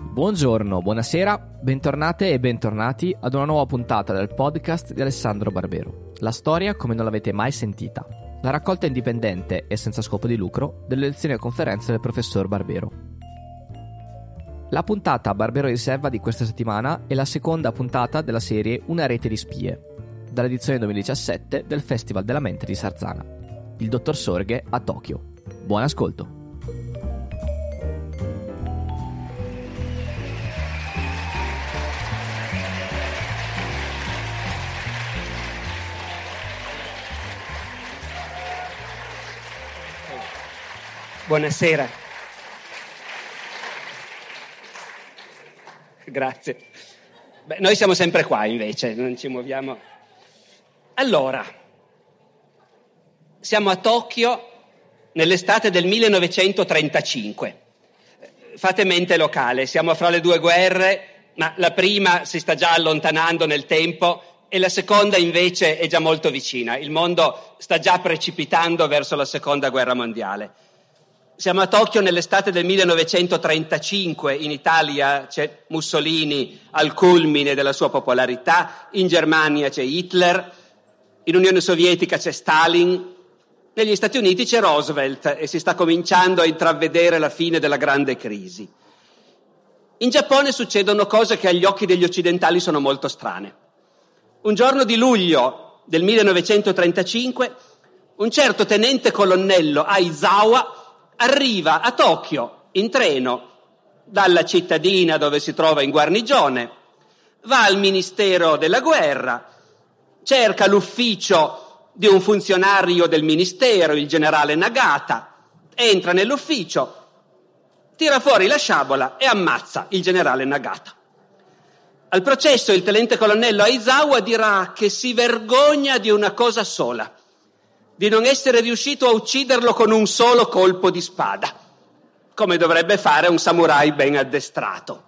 Buongiorno, buonasera, bentornate e bentornati ad una nuova puntata del podcast di Alessandro Barbero. La storia come non l'avete mai sentita. La raccolta indipendente e senza scopo di lucro delle lezioni e conferenze del professor Barbero. La puntata Barbero Riserva di questa settimana è la seconda puntata della serie Una rete di spie, dall'edizione 2017 del Festival della Mente di Sarzana. Il dottor Sorghe a Tokyo. Buon ascolto. Buonasera. Grazie. Noi siamo sempre qua invece, non ci muoviamo. Allora, siamo a Tokyo nell'estate del 1935. Fate mente locale, siamo fra le due guerre, ma la prima si sta già allontanando nel tempo e la seconda invece è già molto vicina. Il mondo sta già precipitando verso la seconda guerra mondiale. Siamo a Tokyo nell'estate del 1935, in Italia c'è Mussolini al culmine della sua popolarità, in Germania c'è Hitler, in Unione Sovietica c'è Stalin, negli Stati Uniti c'è Roosevelt e si sta cominciando a intravedere la fine della grande crisi. In Giappone succedono cose che agli occhi degli occidentali sono molto strane. Un giorno di luglio del 1935, un certo tenente colonnello Aizawa arriva a Tokyo in treno dalla cittadina dove si trova in guarnigione, va al Ministero della Guerra, cerca l'ufficio di un funzionario del Ministero, il generale Nagata, entra nell'ufficio, tira fuori la sciabola e ammazza il generale Nagata. Al processo il tenente colonnello Aizawa dirà che si vergogna di una cosa sola: di non essere riuscito a ucciderlo con un solo colpo di spada, come dovrebbe fare un samurai ben addestrato.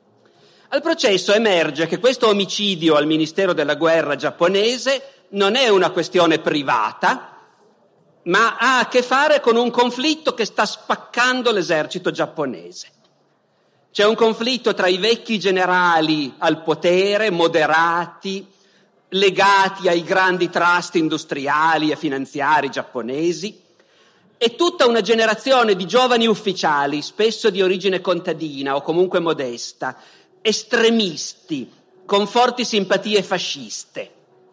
Al processo emerge che questo omicidio al Ministero della Guerra giapponese non è una questione privata, ma ha a che fare con un conflitto che sta spaccando l'esercito giapponese. C'è un conflitto tra i vecchi generali al potere, moderati, legati ai grandi trust industriali e finanziari giapponesi, e tutta una generazione di giovani ufficiali, spesso di origine contadina o comunque modesta, estremisti, con forti simpatie fasciste.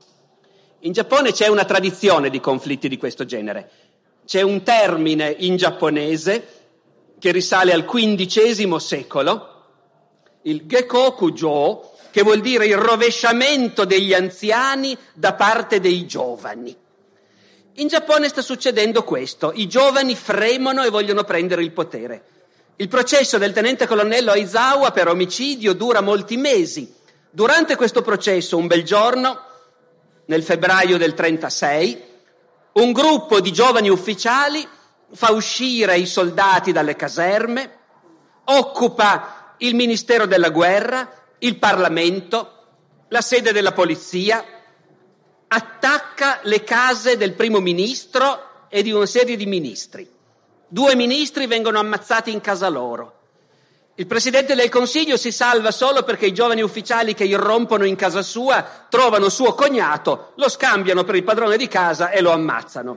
In Giappone c'è una tradizione di conflitti di questo genere. C'è un termine in giapponese che risale al XV secolo, il Gekokujo, che vuol dire il rovesciamento degli anziani da parte dei giovani. In Giappone sta succedendo questo: i giovani fremono e vogliono prendere il potere. Il processo del tenente colonnello Aizawa per omicidio dura molti mesi. Durante questo processo, un bel giorno, nel febbraio del 36, un gruppo di giovani ufficiali fa uscire i soldati dalle caserme, occupa il Ministero della Guerra, il Parlamento, la sede della polizia, attacca le case del primo ministro e di una serie di ministri. 2 ministri vengono ammazzati in casa loro. Il Presidente del Consiglio si salva solo perché i giovani ufficiali che irrompono in casa sua trovano suo cognato, lo scambiano per il padrone di casa e lo ammazzano.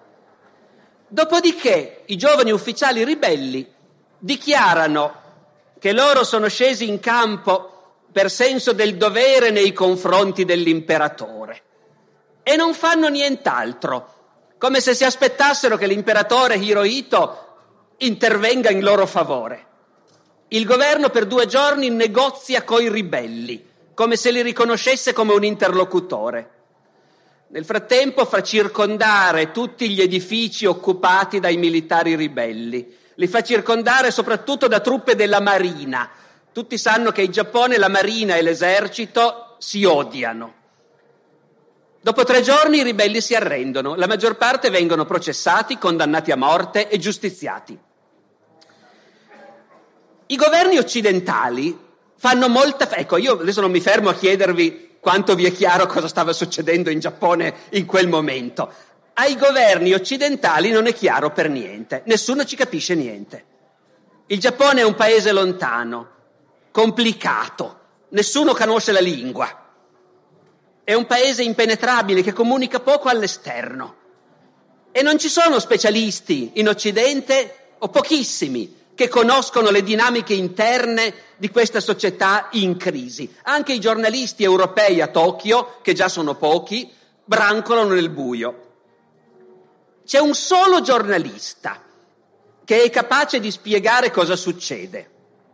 Dopodiché i giovani ufficiali ribelli dichiarano che loro sono scesi in campo per senso del dovere nei confronti dell'imperatore e non fanno nient'altro, come se si aspettassero che l'imperatore Hirohito intervenga in loro favore. Il governo per 2 giorni negozia coi ribelli, come se li riconoscesse come un interlocutore. Nel frattempo fa circondare tutti gli edifici occupati dai militari ribelli, li fa circondare soprattutto da truppe della marina. Tutti sanno che in Giappone la marina e l'esercito si odiano. Dopo 3 giorni i ribelli si arrendono, la maggior parte vengono processati, condannati a morte e giustiziati. I governi occidentali fanno molta... Ecco, io adesso non mi fermo a chiedervi quanto vi è chiaro cosa stava succedendo in Giappone in quel momento. Ai governi occidentali non è chiaro per niente, nessuno ci capisce niente. Il Giappone è un paese lontano, complicato, nessuno conosce la lingua. È un paese impenetrabile che comunica poco all'esterno e non ci sono specialisti in Occidente, o pochissimi, che conoscono le dinamiche interne di questa società in crisi. Anche i giornalisti europei a Tokyo, che già sono pochi, brancolano nel buio. C'è un solo giornalista che è capace di spiegare cosa succede.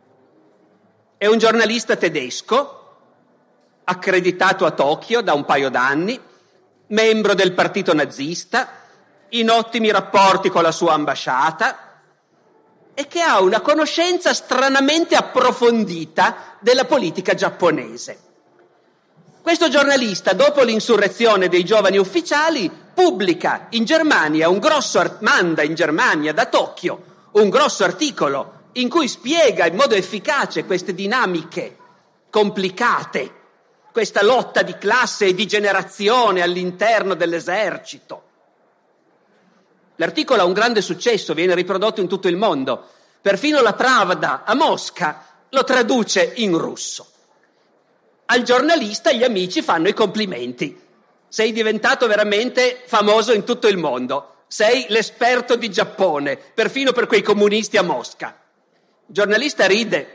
È un giornalista tedesco, accreditato a Tokyo da un paio d'anni, membro del partito nazista, in ottimi rapporti con la sua ambasciata e che ha una conoscenza stranamente approfondita della politica giapponese. Questo giornalista, dopo l'insurrezione dei giovani ufficiali, pubblica in Germania manda in Germania da Tokyo un grosso articolo in cui spiega in modo efficace queste dinamiche complicate, questa lotta di classe e di generazione all'interno dell'esercito. L'articolo ha un grande successo, viene riprodotto in tutto il mondo. Perfino la Pravda a Mosca lo traduce in russo. Al giornalista gli amici fanno i complimenti. Sei diventato veramente famoso in tutto il mondo. Sei l'esperto di Giappone, perfino per quei comunisti a Mosca. Il giornalista ride,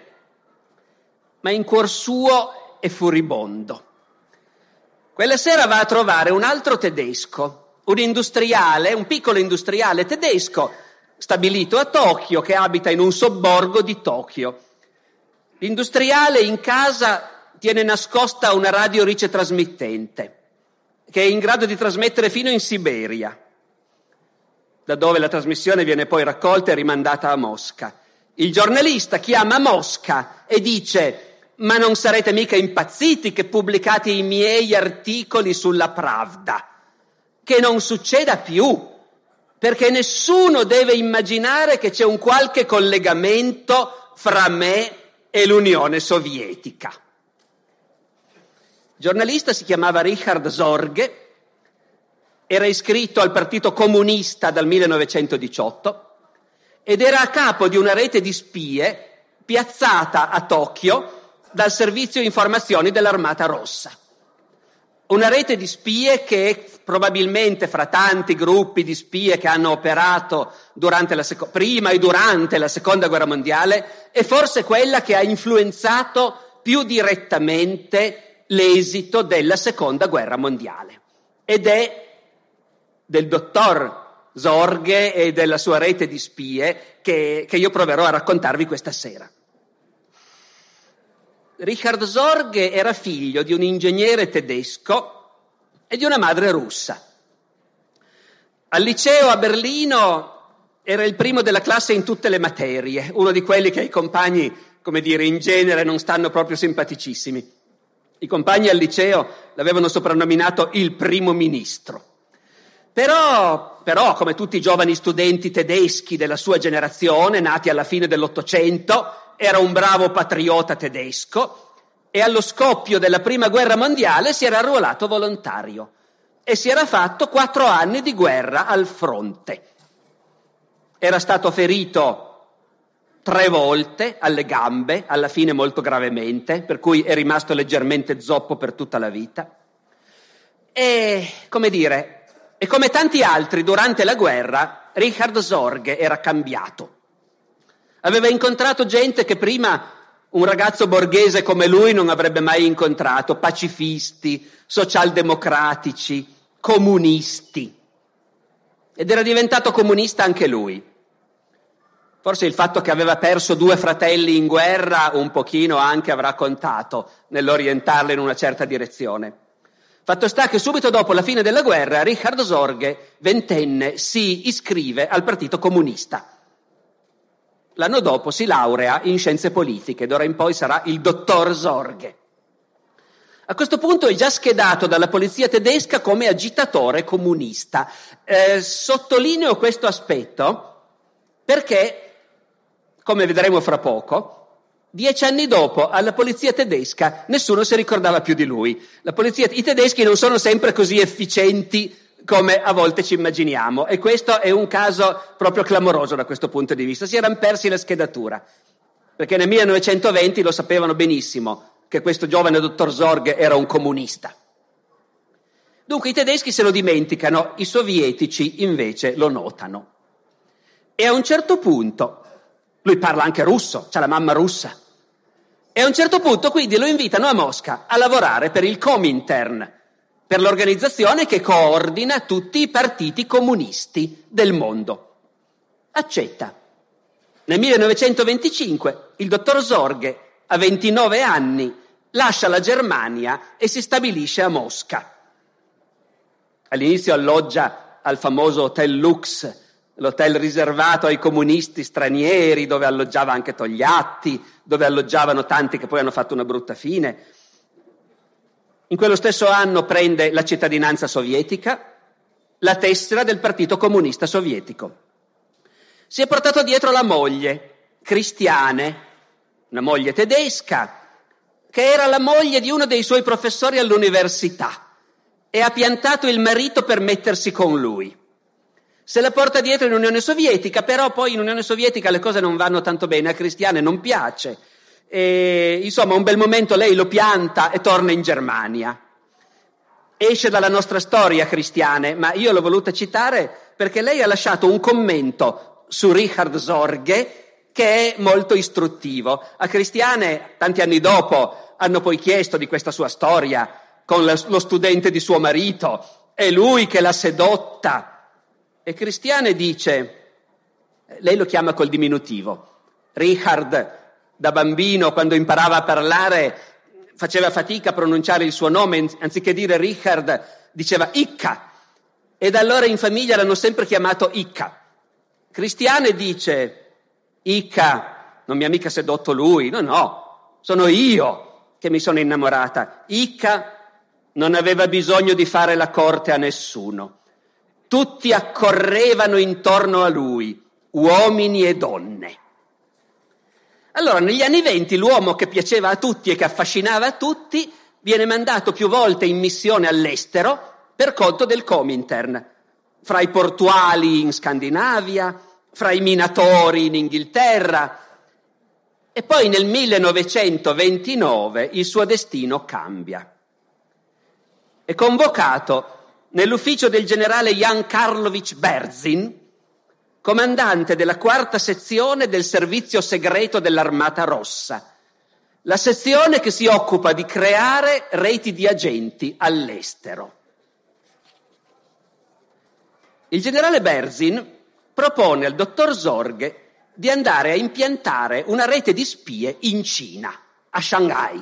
ma in cuor suo è furibondo. Quella sera va a trovare un altro tedesco, un piccolo industriale tedesco, stabilito a Tokyo, che abita in un sobborgo di Tokyo. L'industriale in casa tiene nascosta una radio ricetrasmittente, che è in grado di trasmettere fino in Siberia, da dove la trasmissione viene poi raccolta e rimandata a Mosca. Il giornalista chiama Mosca e dice: ma non sarete mica impazziti che pubblicate i miei articoli sulla Pravda? Che non succeda più, perché nessuno deve immaginare che c'è un qualche collegamento fra me e l'Unione Sovietica. Il giornalista si chiamava Richard Zorge, era iscritto al Partito Comunista dal 1918 ed era a capo di una rete di spie piazzata a Tokyo dal Servizio Informazioni dell'Armata Rossa. Una rete di spie che probabilmente fra tanti gruppi di spie che hanno operato prima e durante la Seconda Guerra Mondiale è forse quella che ha influenzato più direttamente l'esito della Seconda Guerra Mondiale. Ed è del dottor Zorge e della sua rete di spie che io proverò a raccontarvi questa sera. Richard Zorge era figlio di un ingegnere tedesco e di una madre russa. Al liceo a Berlino era il primo della classe in tutte le materie, uno di quelli che ai compagni, come dire, in genere non stanno proprio simpaticissimi. I compagni al liceo l'avevano soprannominato il primo ministro. Però, come tutti i giovani studenti tedeschi della sua generazione, nati alla fine dell'Ottocento, era un bravo patriota tedesco e allo scoppio della Prima Guerra Mondiale si era arruolato volontario e si era fatto 4 anni di guerra al fronte. Era stato ferito 3 volte alle gambe, alla fine molto gravemente, per cui è rimasto leggermente zoppo per tutta la vita. E come tanti altri durante la guerra, Richard Zorge era cambiato. Aveva incontrato gente che prima un ragazzo borghese come lui non avrebbe mai incontrato, pacifisti, socialdemocratici, comunisti. Ed era diventato comunista anche lui. Forse il fatto che aveva perso 2 fratelli in guerra un pochino anche avrà contato nell'orientarlo in una certa direzione. Fatto sta che subito dopo la fine della guerra Richard Zorge, 20enne, si iscrive al Partito Comunista. L'anno dopo si laurea in scienze politiche, d'ora in poi sarà il dottor Zorge. A questo punto è già schedato dalla polizia tedesca come agitatore comunista. Sottolineo questo aspetto perché, come vedremo fra poco, 10 anni dopo alla polizia tedesca nessuno si ricordava più di lui. I tedeschi non sono sempre così efficienti come a volte ci immaginiamo, e questo è un caso proprio clamoroso da questo punto di vista. Si erano persi la schedatura. perché nel 1920 lo sapevano benissimo che questo giovane dottor Zorg era un comunista. Dunque i tedeschi se lo dimenticano, i sovietici invece lo notano. E a un certo punto, lui parla anche russo, c'ha la mamma russa, e a un certo punto quindi lo invitano a Mosca a lavorare per il Comintern, per l'organizzazione che coordina tutti i partiti comunisti del mondo. Accetta. Nel 1925 il dottor Zorg, a 29 anni, lascia la Germania e si stabilisce a Mosca. All'inizio alloggia al famoso Hotel Lux, l'hotel riservato ai comunisti stranieri, dove alloggiava anche Togliatti, dove alloggiavano tanti che poi hanno fatto una brutta fine. In quello stesso anno prende la cittadinanza sovietica, la tessera del Partito Comunista Sovietico. Si è portato dietro la moglie, Christiane, una moglie tedesca, che era la moglie di uno dei suoi professori all'università, e ha piantato il marito per mettersi con lui. Se la porta dietro in Unione Sovietica, però poi in Unione Sovietica le cose non vanno tanto bene, a Christiane non piace. E, insomma, un bel momento lei lo pianta e torna in Germania. Esce dalla nostra storia Christiane, ma io l'ho voluta citare perché lei ha lasciato un commento su Richard Zorg che è molto istruttivo. A Christiane, tanti anni dopo, hanno poi chiesto di questa sua storia con lo studente di suo marito, è lui che l'ha sedotta. E Christiane dice, lei lo chiama col diminutivo, Richard da bambino quando imparava a parlare faceva fatica a pronunciare il suo nome, anziché dire Richard diceva Icca, e da allora in famiglia l'hanno sempre chiamato Icca. Christiane dice, Icca non mi ha mica sedotto lui, no, sono io che mi sono innamorata. Icca non aveva bisogno di fare la corte a nessuno. Tutti accorrevano intorno a lui, uomini e donne. Allora, negli anni '20 l'uomo che piaceva a tutti e che affascinava a tutti viene mandato più volte in missione all'estero per conto del Comintern, fra i portuali in Scandinavia, fra i minatori in Inghilterra, e poi nel 1929 il suo destino cambia. È convocato nell'ufficio del generale Jan Karlovich Berzin, comandante della 4ª sezione del servizio segreto dell'Armata Rossa, la sezione che si occupa di creare reti di agenti all'estero. Il generale Berzin propone al dottor Zorg di andare a impiantare una rete di spie in Cina, a Shanghai.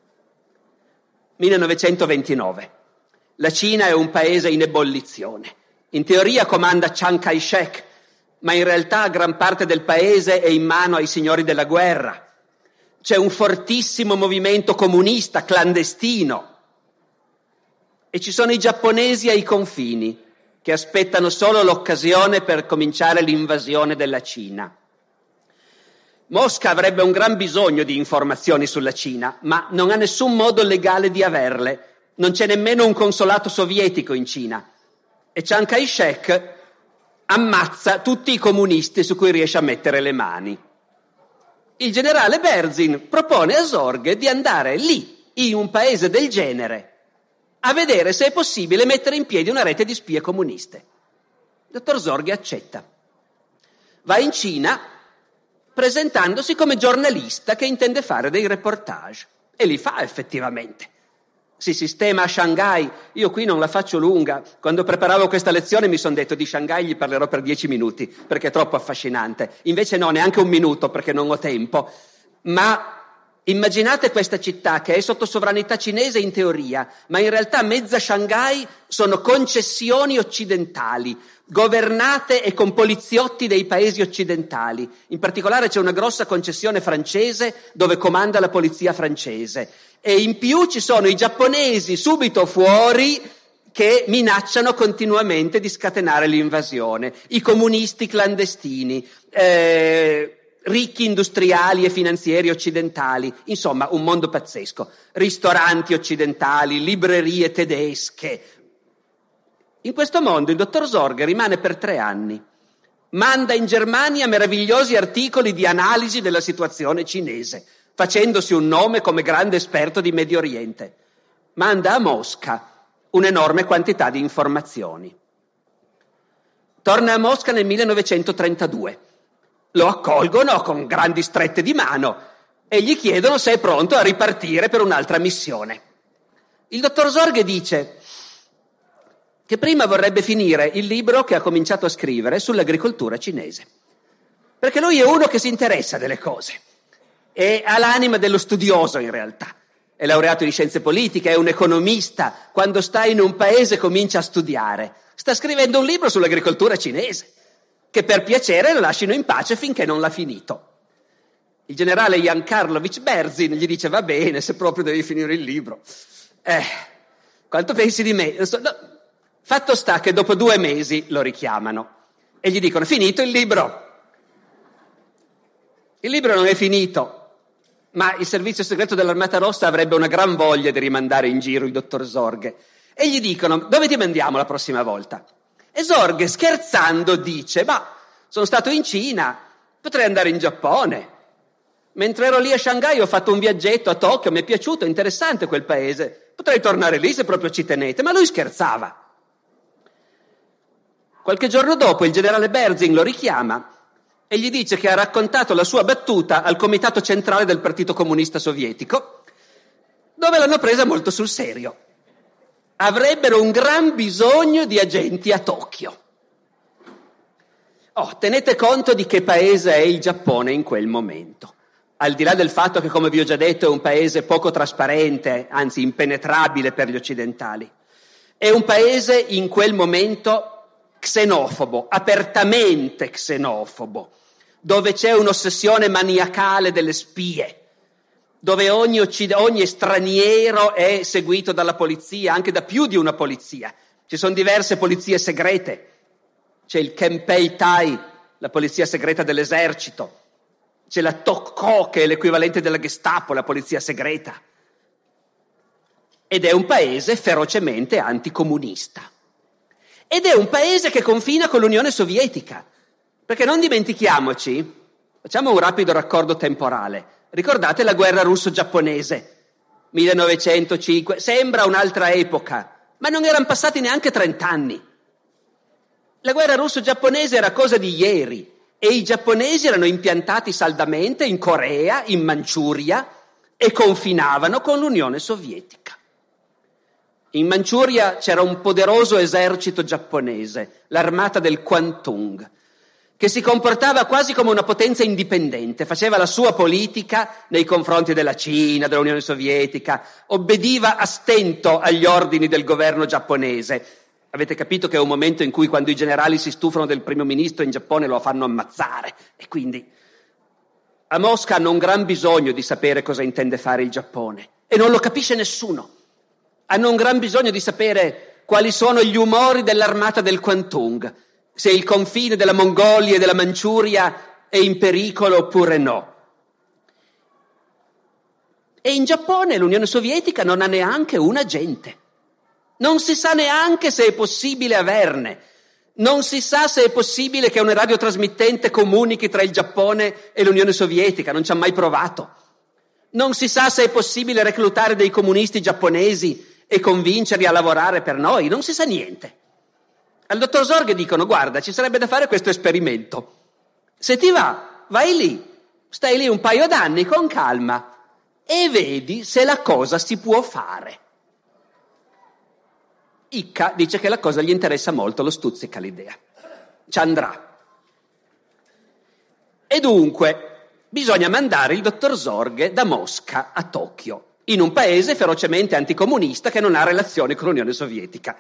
1929. La Cina è un paese in ebollizione. In teoria comanda Chiang Kai-shek, ma in realtà gran parte del paese è in mano ai signori della guerra. C'è un fortissimo movimento comunista clandestino e ci sono i giapponesi ai confini che aspettano solo l'occasione per cominciare l'invasione della Cina. Mosca avrebbe un gran bisogno di informazioni sulla Cina, ma non ha nessun modo legale di averle. Non c'è nemmeno un consolato sovietico in Cina. E Chiang Kai-shek ammazza tutti i comunisti su cui riesce a mettere le mani. Il generale Berzin propone a Zorg di andare lì, in un paese del genere, a vedere se è possibile mettere in piedi una rete di spie comuniste. Il dottor Zorg accetta. Va in Cina presentandosi come giornalista che intende fare dei reportage, e li fa effettivamente. Si sistema a Shanghai. Io qui non la faccio lunga. Quando preparavo questa lezione mi sono detto di Shanghai gli parlerò per 10 minuti perché è troppo affascinante. Invece no, neanche un minuto perché non ho tempo. Ma immaginate questa città che è sotto sovranità cinese in teoria, ma in realtà mezza Shanghai sono concessioni occidentali, governate e con poliziotti dei paesi occidentali. In particolare c'è una grossa concessione francese dove comanda la polizia francese. E in più ci sono i giapponesi subito fuori che minacciano continuamente di scatenare l'invasione, i comunisti clandestini, ricchi industriali e finanzieri occidentali, insomma un mondo pazzesco, ristoranti occidentali, librerie tedesche. In questo mondo il dottor Zorg rimane per 3 anni manda in Germania meravigliosi articoli di analisi della situazione cinese, facendosi un nome come grande esperto di Medio Oriente. Manda a Mosca un'enorme quantità di informazioni. Torna a Mosca nel 1932. Lo accolgono con grandi strette di mano e gli chiedono se è pronto a ripartire per un'altra missione. Il dottor Zorge dice che prima vorrebbe finire il libro che ha cominciato a scrivere sull'agricoltura cinese, perché lui è uno che si interessa delle cose e ha l'anima dello studioso in realtà. È laureato in scienze politiche, è un economista, quando sta in un paese comincia a studiare. Sta scrivendo un libro sull'agricoltura cinese, che per piacere lo lasciano in pace finché non l'ha finito. Il generale Jan Karlovich Berzin gli dice: va bene, se proprio devi finire il libro. Quanto pensi di me? No. Fatto sta che dopo 2 mesi lo richiamano e gli dicono: finito il libro? Il libro non è finito, ma il servizio segreto dell'Armata Rossa avrebbe una gran voglia di rimandare in giro il dottor Zorge. E gli dicono: dove ti mandiamo la prossima volta? E Zorge, scherzando, dice: ma sono stato in Cina, potrei andare in Giappone. Mentre ero lì a Shanghai ho fatto un viaggetto a Tokyo, mi è piaciuto, è interessante quel paese, potrei tornare lì se proprio ci tenete. Ma lui scherzava. Qualche giorno dopo il generale Berzin lo richiama e gli dice che ha raccontato la sua battuta al comitato centrale del Partito Comunista Sovietico, dove l'hanno presa molto sul serio. Avrebbero un gran bisogno di agenti a Tokyo. Tenete conto di che paese è il Giappone in quel momento. Al di là del fatto che, come vi ho già detto, è un paese poco trasparente, anzi impenetrabile per gli occidentali. È un paese in quel momento xenofobo, apertamente xenofobo, dove c'è un'ossessione maniacale delle spie, dove ogni straniero è seguito dalla polizia, anche da più di una polizia. Ci sono diverse polizie segrete. C'è il Kempei Tai, la polizia segreta dell'esercito. C'è la Tokko, che è l'equivalente della Gestapo, la polizia segreta. Ed è un paese ferocemente anticomunista. Ed è un paese che confina con l'Unione Sovietica. Perché non dimentichiamoci, facciamo un rapido raccordo temporale. Ricordate la guerra russo-giapponese, 1905, sembra un'altra epoca, ma non erano passati neanche 30 anni. La guerra russo-giapponese era cosa di ieri e i giapponesi erano impiantati saldamente in Corea, in Manciuria e confinavano con l'Unione Sovietica. In Manciuria c'era un poderoso esercito giapponese, l'armata del Kwantung, che si comportava quasi come una potenza indipendente, faceva la sua politica nei confronti della Cina, dell'Unione Sovietica, obbediva a stento agli ordini del governo giapponese. Avete capito che è un momento in cui, quando i generali si stufano del primo ministro in Giappone, lo fanno ammazzare, e quindi a Mosca hanno un gran bisogno di sapere cosa intende fare il Giappone e non lo capisce nessuno. Hanno un gran bisogno di sapere quali sono gli umori dell'armata del Kwantung, se il confine della Mongolia e della Manciuria è in pericolo oppure no. E in Giappone l'Unione Sovietica non ha neanche un agente. Non si sa neanche se è possibile averne. Non si sa se è possibile che una radiotrasmittente comunichi tra il Giappone e l'Unione Sovietica, non ci ha mai provato. Non si sa se è possibile reclutare dei comunisti giapponesi e convincerli a lavorare per noi, non si sa niente. Al dottor Zorge dicono: guarda, ci sarebbe da fare questo esperimento. Se ti va, vai lì, stai lì un paio d'anni con calma e vedi se la cosa si può fare. Icca dice che la cosa gli interessa molto, lo stuzzica l'idea. Ci andrà. E dunque bisogna mandare il dottor Zorge da Mosca a Tokyo, in un paese ferocemente anticomunista che non ha relazioni con l'Unione Sovietica.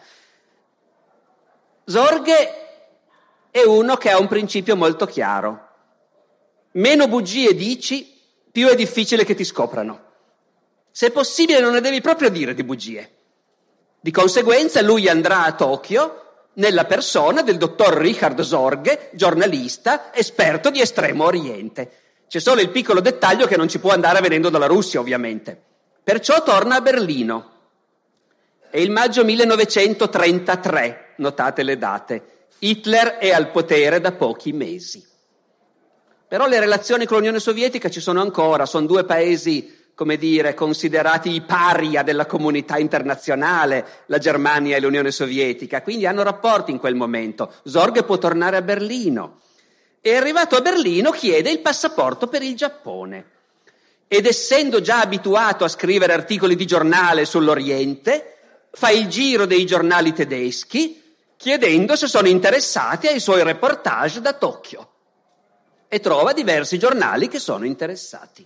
Zorge è uno che ha un principio molto chiaro. Meno bugie dici, più è difficile che ti scoprano. Se è possibile non ne devi proprio dire di bugie. Di conseguenza lui andrà a Tokyo nella persona del dottor Richard Zorge, giornalista, esperto di Estremo Oriente. C'è solo il piccolo dettaglio che non ci può andare venendo dalla Russia, ovviamente. Perciò torna a Berlino. È il maggio 1933, notate le date. Hitler è al potere da pochi mesi. Però le relazioni con l'Unione Sovietica ci sono ancora, sono due paesi, come dire, considerati i paria della comunità internazionale, la Germania e l'Unione Sovietica, quindi hanno rapporti in quel momento. Zorg può tornare a Berlino e arrivato a Berlino chiede il passaporto per il Giappone ed essendo già abituato a scrivere articoli di giornale sull'Oriente, fa il giro dei giornali tedeschi chiedendo se sono interessati ai suoi reportage da Tokyo e trova diversi giornali che sono interessati.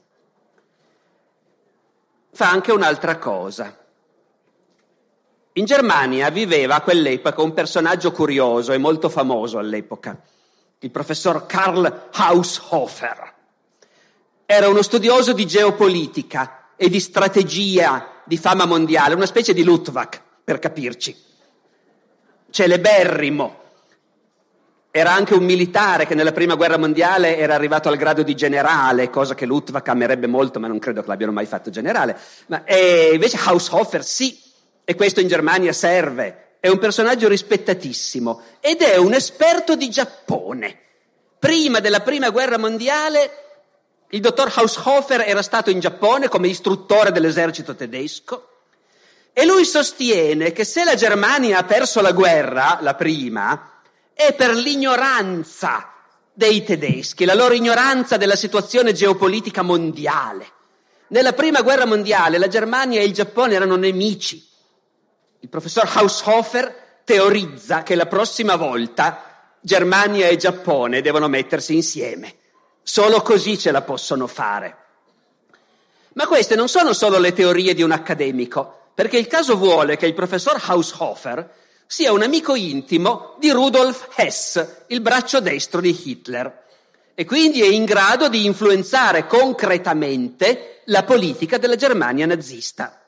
Fa anche un'altra cosa. In Germania viveva a quell'epoca un personaggio curioso e molto famoso all'epoca, il professor Karl Haushofer. Era uno studioso di geopolitica e di strategia di fama mondiale, una specie di Luttwak, per capirci. Celeberrimo. Era anche un militare che nella prima guerra mondiale era arrivato al grado di generale, cosa che Luttwak amerebbe molto, ma non credo che l'abbiano mai fatto generale. Invece Haushofer sì, e questo in Germania serve. È un personaggio rispettatissimo ed è un esperto di Giappone. Prima della prima guerra mondiale il dottor Haushofer era stato in Giappone come istruttore dell'esercito tedesco e lui sostiene che se la Germania ha perso la guerra, la prima, è per l'ignoranza dei tedeschi, la loro ignoranza della situazione geopolitica mondiale. Nella prima guerra mondiale la Germania e il Giappone erano nemici. Il professor Haushofer teorizza che la prossima volta Germania e Giappone devono mettersi insieme. Solo così ce la possono fare. Ma queste non sono solo le teorie di un accademico, perché il caso vuole che il professor Haushofer sia un amico intimo di Rudolf Hess, il braccio destro di Hitler, e quindi è in grado di influenzare concretamente la politica della Germania nazista.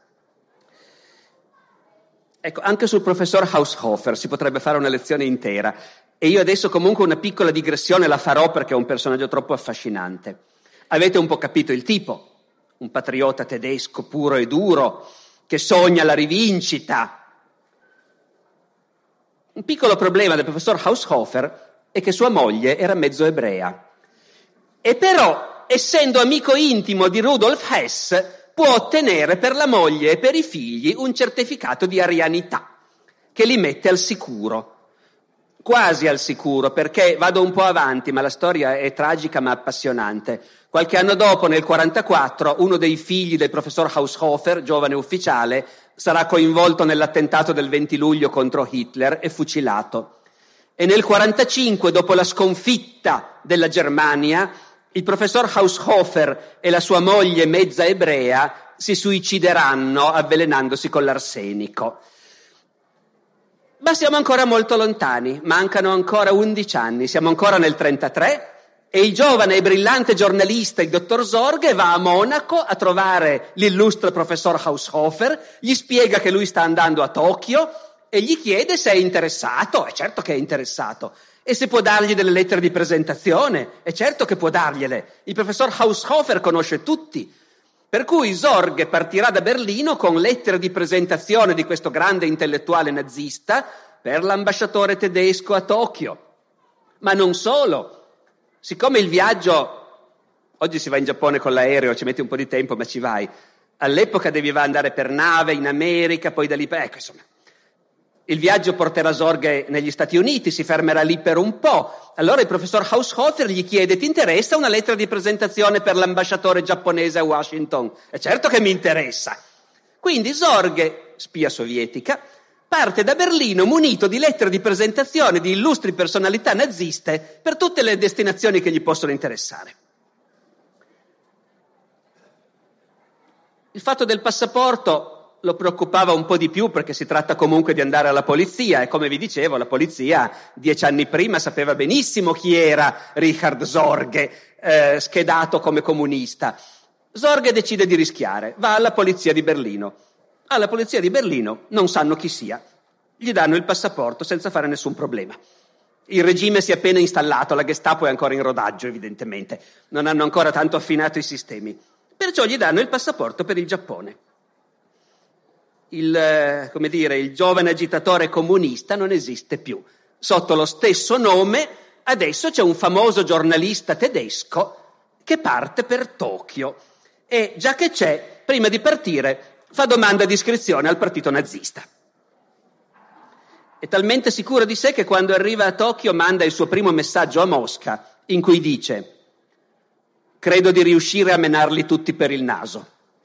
Ecco, anche sul professor Haushofer si potrebbe fare una lezione intera, e io adesso comunque una piccola digressione la farò perché è un personaggio troppo affascinante. Avete un po' capito il tipo, un patriota tedesco puro e duro, che sogna la rivincita. Un piccolo problema del professor Haushofer è che sua moglie era mezzo ebrea. E però, essendo amico intimo di Rudolf Hess, può ottenere per la moglie e per i figli un certificato di arianità che li mette al sicuro. Quasi al sicuro, perché vado un po' avanti, ma la storia è tragica ma appassionante. Qualche anno dopo, nel 1944, uno dei figli del professor Haushofer, giovane ufficiale, sarà coinvolto nell'attentato del 20 luglio contro Hitler e fucilato. E nel 1945, dopo la sconfitta della Germania, il professor Haushofer e la sua moglie mezza ebrea si suicideranno avvelenandosi con l'arsenico. Ma siamo ancora molto lontani, mancano ancora 11 anni, siamo ancora nel 1933 e il giovane e brillante giornalista, il dottor Zorg, va a Monaco a trovare l'illustre professor Haushofer, gli spiega che lui sta andando a Tokyo e gli chiede se è interessato, è certo che è interessato, e se può dargli delle lettere di presentazione, è certo che può dargliele, il professor Haushofer conosce tutti. Per cui Zorg partirà da Berlino con lettere di presentazione di questo grande intellettuale nazista per l'ambasciatore tedesco a Tokyo. Ma non solo, siccome il viaggio, oggi si va in Giappone con l'aereo, ci metti un po' di tempo ma ci vai, all'epoca devi andare per nave in America, poi da lì, insomma. Il viaggio porterà Zorg negli Stati Uniti, si fermerà lì per un po'. Allora il professor Haushofer gli chiede: ti interessa una lettera di presentazione per l'ambasciatore giapponese a Washington? È certo che mi interessa. Quindi Zorg, spia sovietica, parte da Berlino munito di lettere di presentazione di illustri personalità naziste per tutte le destinazioni che gli possono interessare. Il fatto del passaporto lo preoccupava un po' di più perché si tratta comunque di andare alla polizia e, come vi dicevo, la polizia 10 anni prima sapeva benissimo chi era Richard Zorg, schedato come comunista. Zorg decide di rischiare, va alla polizia di Berlino. Alla polizia di Berlino non sanno chi sia, gli danno il passaporto senza fare nessun problema. Il regime si è appena installato, la Gestapo è ancora in rodaggio evidentemente, non hanno ancora tanto affinato i sistemi, perciò gli danno il passaporto per il Giappone. Il giovane agitatore comunista non esiste più. Sotto lo stesso nome adesso c'è un famoso giornalista tedesco che parte per Tokyo e, già che c'è, prima di partire fa domanda di iscrizione al partito nazista. È talmente sicuro di sé che quando arriva a Tokyo manda il suo primo messaggio a Mosca, in cui dice: credo di riuscire a menarli tutti per il naso.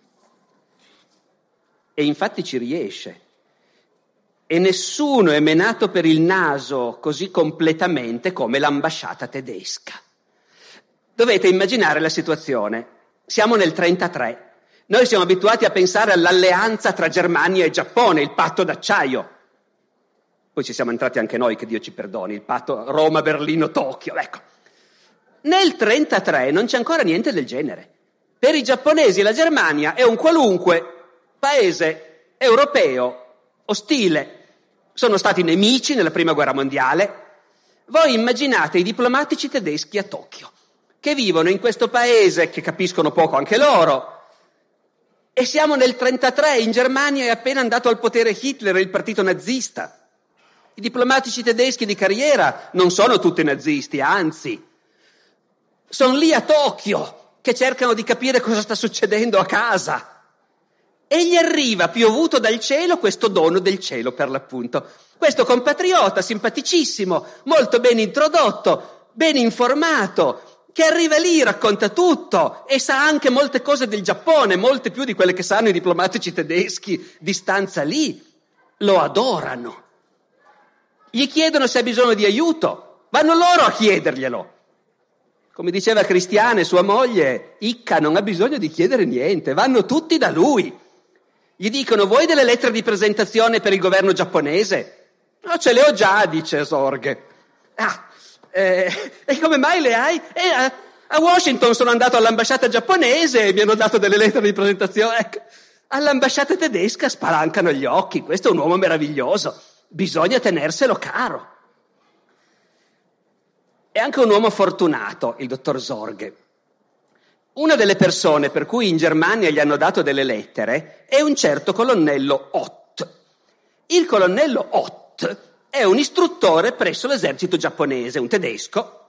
E infatti ci riesce. E nessuno è menato per il naso così completamente come l'ambasciata tedesca. Dovete immaginare la situazione. Siamo nel 1933. Noi siamo abituati a pensare all'alleanza tra Germania e Giappone, il patto d'acciaio. Poi ci siamo entrati anche noi, che Dio ci perdoni, il patto Roma, Berlino, Tokyo. Ecco. Nel 1933 non c'è ancora niente del genere. Per i giapponesi la Germania è un qualunque paese europeo ostile. Sono stati nemici nella prima guerra mondiale. Voi immaginate i diplomatici tedeschi a Tokyo, che vivono in questo paese, che capiscono poco anche loro, e siamo nel 1933, in Germania è appena andato al potere Hitler e il partito nazista. I diplomatici tedeschi di carriera non sono tutti nazisti, anzi, sono lì a Tokyo che cercano di capire cosa sta succedendo a casa. E gli arriva piovuto dal cielo questo dono del cielo, per l'appunto. Questo compatriota simpaticissimo, molto ben introdotto, ben informato, che arriva lì, racconta tutto e sa anche molte cose del Giappone, molte più di quelle che sanno i diplomatici tedeschi di stanza lì. Lo adorano. Gli chiedono se ha bisogno di aiuto, vanno loro a chiederglielo. Come diceva Cristiane, sua moglie, Icca non ha bisogno di chiedere niente, vanno tutti da lui. Gli dicono: vuoi delle lettere di presentazione per il governo giapponese? No, ce le ho già, dice Zorge. E come mai le hai? A Washington sono andato all'ambasciata giapponese e mi hanno dato delle lettere di presentazione. Ecco, all'ambasciata tedesca spalancano gli occhi, questo è un uomo meraviglioso, bisogna tenerselo caro. È anche un uomo fortunato, il dottor Zorge. Una delle persone per cui in Germania gli hanno dato delle lettere è un certo colonnello Ott. Il colonnello Ott è un istruttore presso l'esercito giapponese, un tedesco.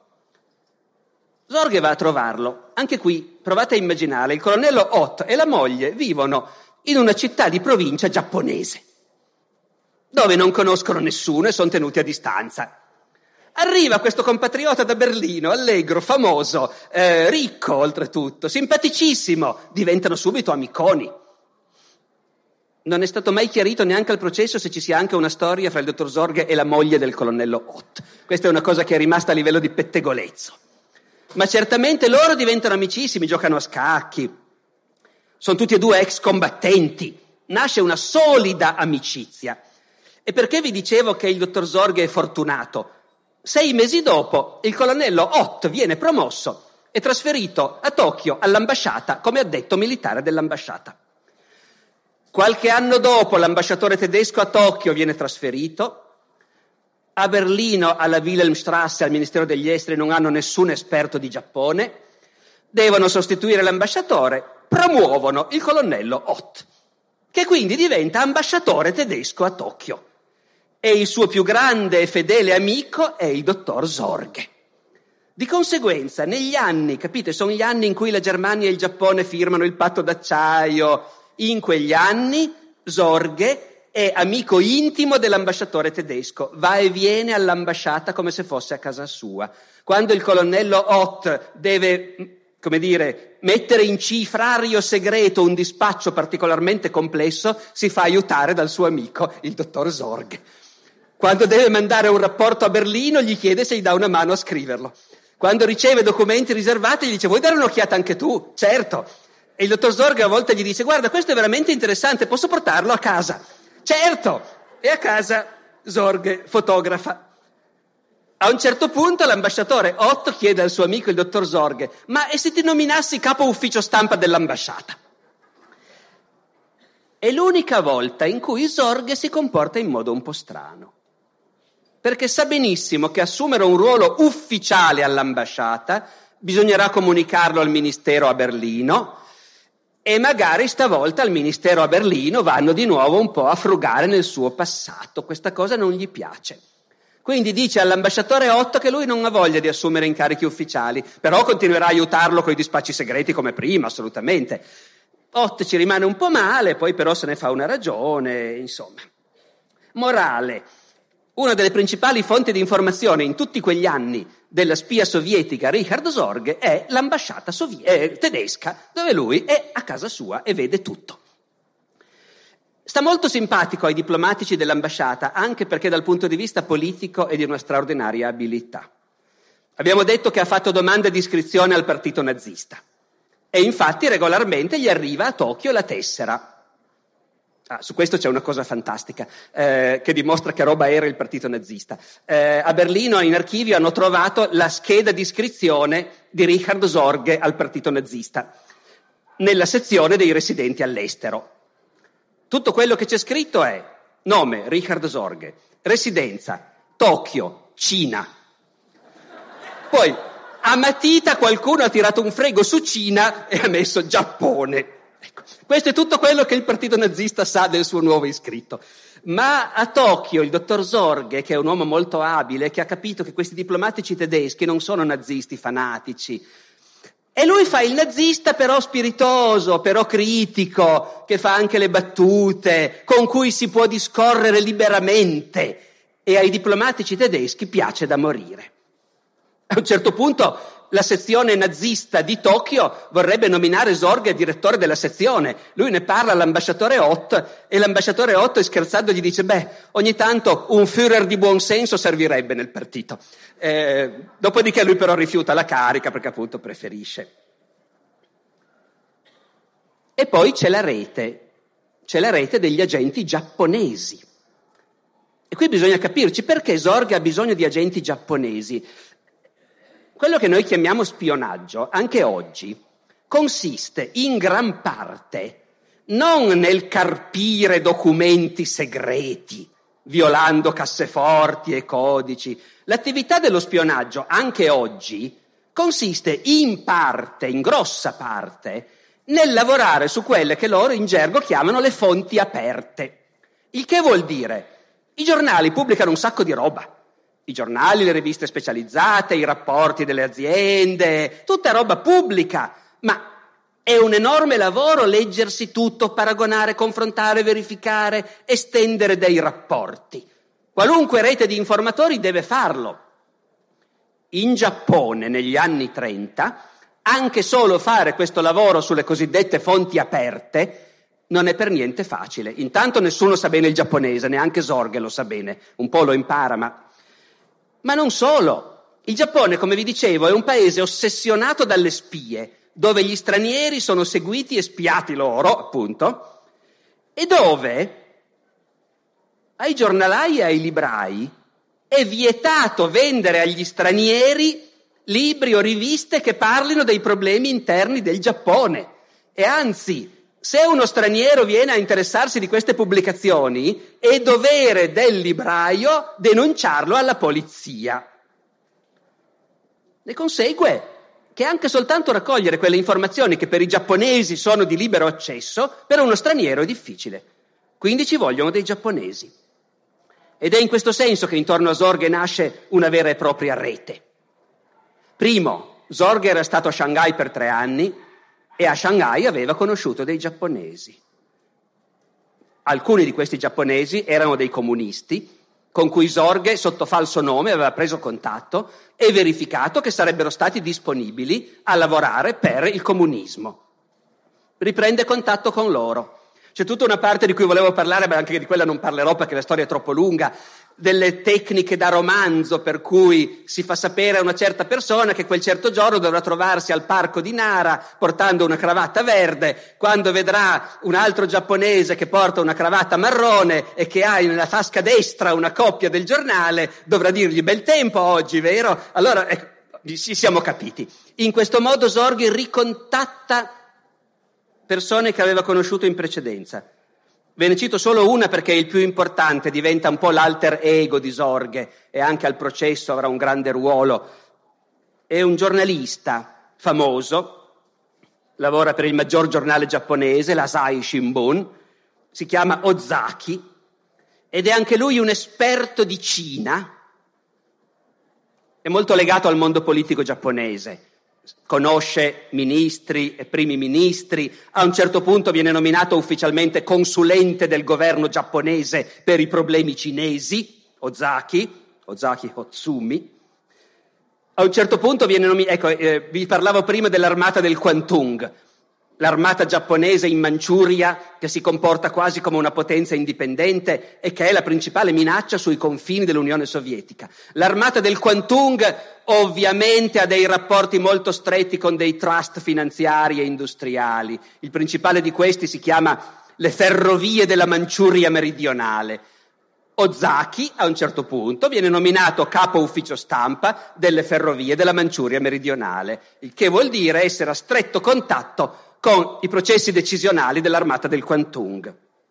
Zorge va a trovarlo. Anche qui provate a immaginare, il colonnello Ott e la moglie vivono in una città di provincia giapponese, dove non conoscono nessuno e sono tenuti a distanza. Arriva questo compatriota da Berlino, allegro, famoso, ricco oltretutto, simpaticissimo, diventano subito amiconi. Non è stato mai chiarito neanche al processo se ci sia anche una storia fra il dottor Zorge e la moglie del colonnello Ott. Questa è una cosa che è rimasta a livello di pettegolezzo. Ma certamente loro diventano amicissimi, giocano a scacchi. Sono tutti e due ex combattenti. Nasce una solida amicizia. E perché vi dicevo che il dottor Zorge è fortunato? 6 mesi dopo il colonnello Ott viene promosso e trasferito a Tokyo all'ambasciata come addetto militare dell'ambasciata. Qualche anno dopo l'ambasciatore tedesco a Tokyo viene trasferito. A Berlino, alla Wilhelmstrasse, al Ministero degli Esteri, non hanno nessun esperto di Giappone. Devono sostituire l'ambasciatore, promuovono il colonnello Ott, che quindi diventa ambasciatore tedesco a Tokyo. E il suo più grande e fedele amico è il dottor Zorge. Di conseguenza, negli anni, capite, sono gli anni in cui la Germania e il Giappone firmano il patto d'acciaio. In quegli anni Zorge è amico intimo dell'ambasciatore tedesco, va e viene all'ambasciata come se fosse a casa sua. Quando il colonnello Ott deve, mettere in cifrario segreto un dispaccio particolarmente complesso, si fa aiutare dal suo amico, il dottor Zorge. Quando deve mandare un rapporto a Berlino gli chiede se gli dà una mano a scriverlo. Quando riceve documenti riservati gli dice: vuoi dare un'occhiata anche tu? Certo. E il dottor Zorge a volte gli dice: guarda, questo è veramente interessante, posso portarlo a casa? Certo. E a casa Zorge fotografa. A un certo punto l'ambasciatore Ott chiede al suo amico il dottor Zorge: ma e se ti nominassi capo ufficio stampa dell'ambasciata? È l'unica volta in cui Zorge si comporta in modo un po' strano, perché sa benissimo che assumere un ruolo ufficiale all'ambasciata bisognerà comunicarlo al ministero a Berlino e magari stavolta al ministero a Berlino vanno di nuovo un po' a frugare nel suo passato. Questa cosa non gli piace. Quindi dice all'ambasciatore Ott che lui non ha voglia di assumere incarichi ufficiali, però continuerà a aiutarlo con i dispacci segreti come prima, assolutamente. Ott ci rimane un po' male, poi però se ne fa una ragione, insomma. Morale. Una delle principali fonti di informazione in tutti quegli anni della spia sovietica Richard Zorge è l'ambasciata tedesca, dove lui è a casa sua e vede tutto. Sta molto simpatico ai diplomatici dell'ambasciata, anche perché dal punto di vista politico è di una straordinaria abilità. Abbiamo detto che ha fatto domanda di iscrizione al partito nazista e infatti regolarmente gli arriva a Tokyo la tessera. Su questo c'è una cosa fantastica che dimostra che roba era il partito nazista. A Berlino in archivio hanno trovato la scheda di iscrizione di Richard Zorge al partito nazista nella sezione dei residenti all'estero. Tutto quello che c'è scritto è nome Richard Zorge, residenza Tokyo, Cina. Poi a matita qualcuno ha tirato un frego su Cina e ha messo Giappone. Ecco, questo è tutto quello che il partito nazista sa del suo nuovo iscritto. Ma a Tokyo il dottor Zorge, che è un uomo molto abile, che ha capito che questi diplomatici tedeschi non sono nazisti fanatici, e lui fa il nazista però spiritoso, però critico, che fa anche le battute, con cui si può discorrere liberamente, e ai diplomatici tedeschi piace da morire. A un certo punto la sezione nazista di Tokyo vorrebbe nominare Zorge direttore della sezione. Lui ne parla all'ambasciatore Ott e l'ambasciatore Ott scherzando gli dice ogni tanto un Führer di buon senso servirebbe nel partito. Dopodiché lui però rifiuta la carica perché appunto preferisce. E poi c'è la rete degli agenti giapponesi. E qui bisogna capirci perché Zorge ha bisogno di agenti giapponesi. Quello che noi chiamiamo spionaggio, anche oggi, consiste in gran parte non nel carpire documenti segreti, violando casseforti e codici. L'attività dello spionaggio, anche oggi, consiste in parte, in grossa parte, nel lavorare su quelle che loro in gergo chiamano le fonti aperte. Il che vuol dire, i giornali pubblicano un sacco di roba. I giornali, le riviste specializzate, i rapporti delle aziende, tutta roba pubblica, ma è un enorme lavoro leggersi tutto, paragonare, confrontare, verificare, estendere dei rapporti. Qualunque rete di informatori deve farlo. In Giappone, negli anni 30, anche solo fare questo lavoro sulle cosiddette fonti aperte non è per niente facile. Intanto nessuno sa bene il giapponese, neanche Zorge lo sa bene, un po' lo impara, ma non solo. Il Giappone, come vi dicevo, è un paese ossessionato dalle spie, dove gli stranieri sono seguiti e spiati loro, appunto, e dove ai giornalai e ai librai è vietato vendere agli stranieri libri o riviste che parlino dei problemi interni del Giappone. E anzi, se uno straniero viene a interessarsi di queste pubblicazioni, è dovere del libraio denunciarlo alla polizia. Ne consegue che anche soltanto raccogliere quelle informazioni che per i giapponesi sono di libero accesso, per uno straniero è difficile. Quindi ci vogliono dei giapponesi. Ed è in questo senso che intorno a Zorge nasce una vera e propria rete. Primo, Zorge era stato a Shanghai per 3 anni, e a Shanghai aveva conosciuto dei giapponesi. Alcuni di questi giapponesi erano dei comunisti, con cui Zorge, sotto falso nome, aveva preso contatto e verificato che sarebbero stati disponibili a lavorare per il comunismo. Riprende contatto con loro. C'è tutta una parte di cui volevo parlare, ma anche di quella non parlerò perché la storia è troppo lunga, delle tecniche da romanzo per cui si fa sapere a una certa persona che quel certo giorno dovrà trovarsi al parco di Nara portando una cravatta verde, quando vedrà un altro giapponese che porta una cravatta marrone e che ha nella tasca destra una copia del giornale, dovrà dirgli bel tempo oggi, vero? Allora, ci siamo capiti. In questo modo Zorge ricontatta persone che aveva conosciuto in precedenza. Ve ne cito solo una perché è il più importante, diventa un po' l'alter ego di Zorge e anche al processo avrà un grande ruolo. È un giornalista famoso, lavora per il maggior giornale giapponese, l'Asahi Shimbun, si chiama Ozaki ed è anche lui un esperto di Cina è molto legato al mondo politico giapponese. Conosce ministri e primi ministri, a un certo punto viene nominato ufficialmente consulente del governo giapponese per i problemi cinesi, Ozaki Hotsumi. A un certo punto viene nominato, vi parlavo prima dell'armata del Kwantung, l'armata giapponese in Manciuria che si comporta quasi come una potenza indipendente e che è la principale minaccia sui confini dell'Unione Sovietica. L'armata del Kwantung ovviamente ha dei rapporti molto stretti con dei trust finanziari e industriali. Il principale di questi si chiama le Ferrovie della Manciuria Meridionale. Ozaki a un certo punto viene nominato capo ufficio stampa delle Ferrovie della Manciuria Meridionale, il che vuol dire essere a stretto contatto con i processi decisionali dell'armata del Kwantung.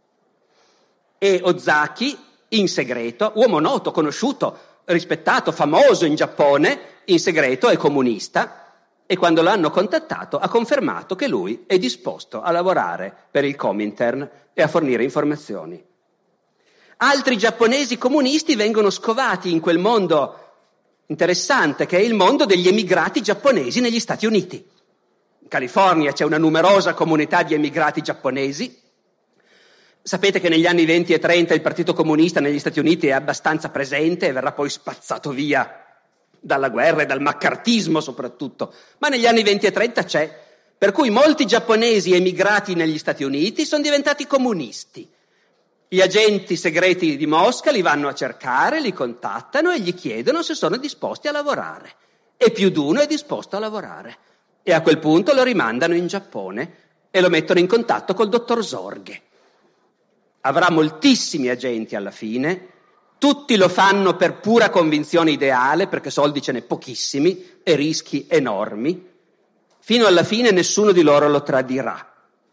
E Ozaki, in segreto, uomo noto, conosciuto, rispettato, famoso in Giappone, in segreto è comunista, e quando lo hanno contattato ha confermato che lui è disposto a lavorare per il Comintern e a fornire informazioni. Altri giapponesi comunisti vengono scovati in quel mondo interessante che è il mondo degli emigrati giapponesi negli Stati Uniti. In California c'è una numerosa comunità di emigrati giapponesi. Sapete che negli anni 20 e 30 il Partito Comunista negli Stati Uniti è abbastanza presente e verrà poi spazzato via dalla guerra e dal maccartismo soprattutto, ma negli anni 20 e 30 c'è, per cui molti giapponesi emigrati negli Stati Uniti sono diventati comunisti. Gli agenti segreti di Mosca li vanno a cercare, li contattano e gli chiedono se sono disposti a lavorare. E più di uno è disposto a lavorare. E a quel punto lo rimandano in Giappone e lo mettono in contatto col dottor Zorghe. Avrà moltissimi agenti alla fine, tutti lo fanno per pura convinzione ideale, perché soldi ce n'è pochissimi e rischi enormi. Fino alla fine nessuno di loro lo tradirà.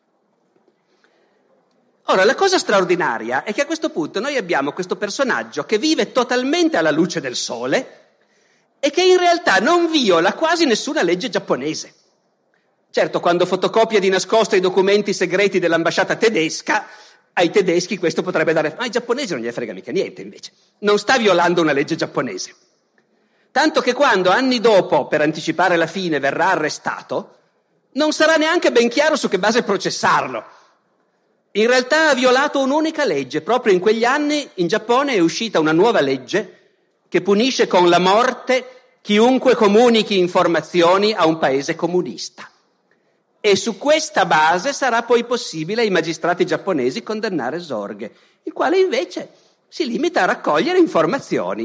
Ora, la cosa straordinaria è che a questo punto noi abbiamo questo personaggio che vive totalmente alla luce del sole e che in realtà non viola quasi nessuna legge giapponese. Certo, quando fotocopia di nascosto i documenti segreti dell'ambasciata tedesca, ai tedeschi questo potrebbe dare... Ma ai giapponesi non gli frega mica niente, invece. Non sta violando una legge giapponese. Tanto che quando, anni dopo, per anticipare la fine, verrà arrestato, non sarà neanche ben chiaro su che base processarlo. In realtà ha violato un'unica legge. Proprio in quegli anni in Giappone è uscita una nuova legge che punisce con la morte chiunque comunichi informazioni a un paese comunista. E su questa base sarà poi possibile ai magistrati giapponesi condannare Zorghe, il quale invece si limita a raccogliere informazioni.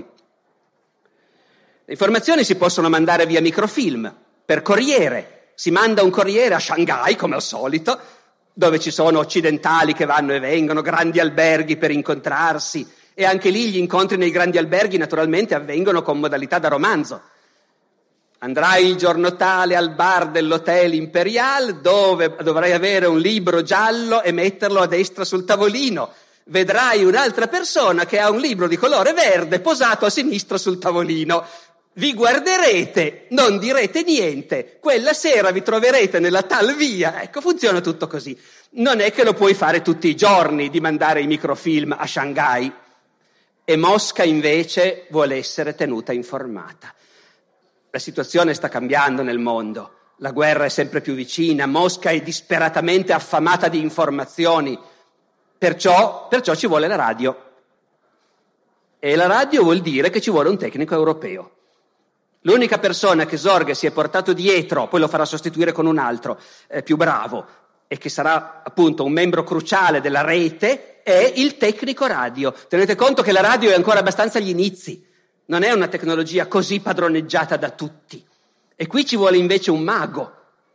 Le informazioni si possono mandare via microfilm, per corriere. Si manda un corriere a Shanghai, come al solito, dove ci sono occidentali che vanno e vengono, grandi alberghi per incontrarsi, e anche lì gli incontri nei grandi alberghi naturalmente avvengono con modalità da romanzo. Andrai il giorno tale al bar dell'Hotel Imperial, dove dovrai avere un libro giallo e metterlo a destra sul tavolino. Vedrai un'altra persona che ha un libro di colore verde posato a sinistra sul tavolino. Vi guarderete, non direte niente. Quella sera vi troverete nella tal via. Ecco, funziona tutto così. Non è che lo puoi fare tutti i giorni di mandare i microfilm a Shanghai. E Mosca invece vuole essere tenuta informata. La situazione sta cambiando nel mondo, la guerra è sempre più vicina, Mosca è disperatamente affamata di informazioni, perciò ci vuole la radio. E la radio vuol dire che ci vuole un tecnico europeo. L'unica persona che Zorghe si è portato dietro, poi lo farà sostituire con un altro più bravo, e che sarà appunto un membro cruciale della rete, è il tecnico radio. Tenete conto che la radio è ancora abbastanza agli inizi. Non è una tecnologia così padroneggiata da tutti. E qui ci vuole invece un mago.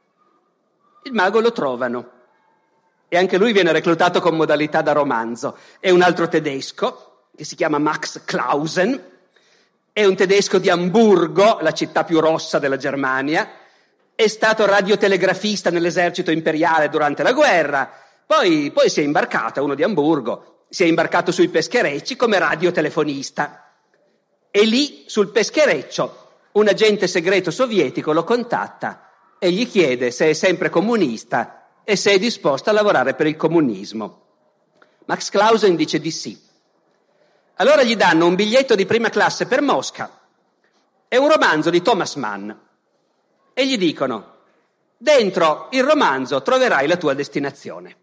Il mago lo trovano. E anche lui viene reclutato con modalità da romanzo. È un altro tedesco, che si chiama Max Clausen. È un tedesco di Amburgo, la città più rossa della Germania. È stato radiotelegrafista nell'esercito imperiale durante la guerra. Poi si è imbarcato, uno di Amburgo, si è imbarcato sui pescherecci come radiotelefonista. E lì, sul peschereccio, un agente segreto sovietico lo contatta e gli chiede se è sempre comunista e se è disposto a lavorare per il comunismo. Max Clausen dice di sì. Allora gli danno un biglietto di prima classe per Mosca è un romanzo di Thomas Mann e gli dicono: dentro il romanzo troverai la tua destinazione.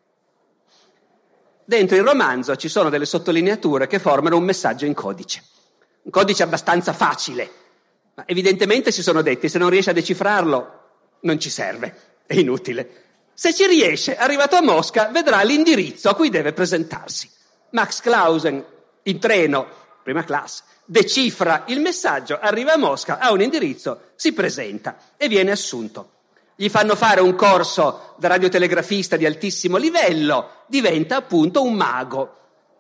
Dentro il romanzo ci sono delle sottolineature che formano un messaggio in codice. Un codice abbastanza facile, ma evidentemente si sono detti: se non riesce a decifrarlo non ci serve, è inutile. Se ci riesce, arrivato a Mosca, vedrà l'indirizzo a cui deve presentarsi. Max Clausen, in treno, prima classe, decifra il messaggio, arriva a Mosca, ha un indirizzo, si presenta e viene assunto. Gli fanno fare un corso da radiotelegrafista di altissimo livello, diventa appunto un mago.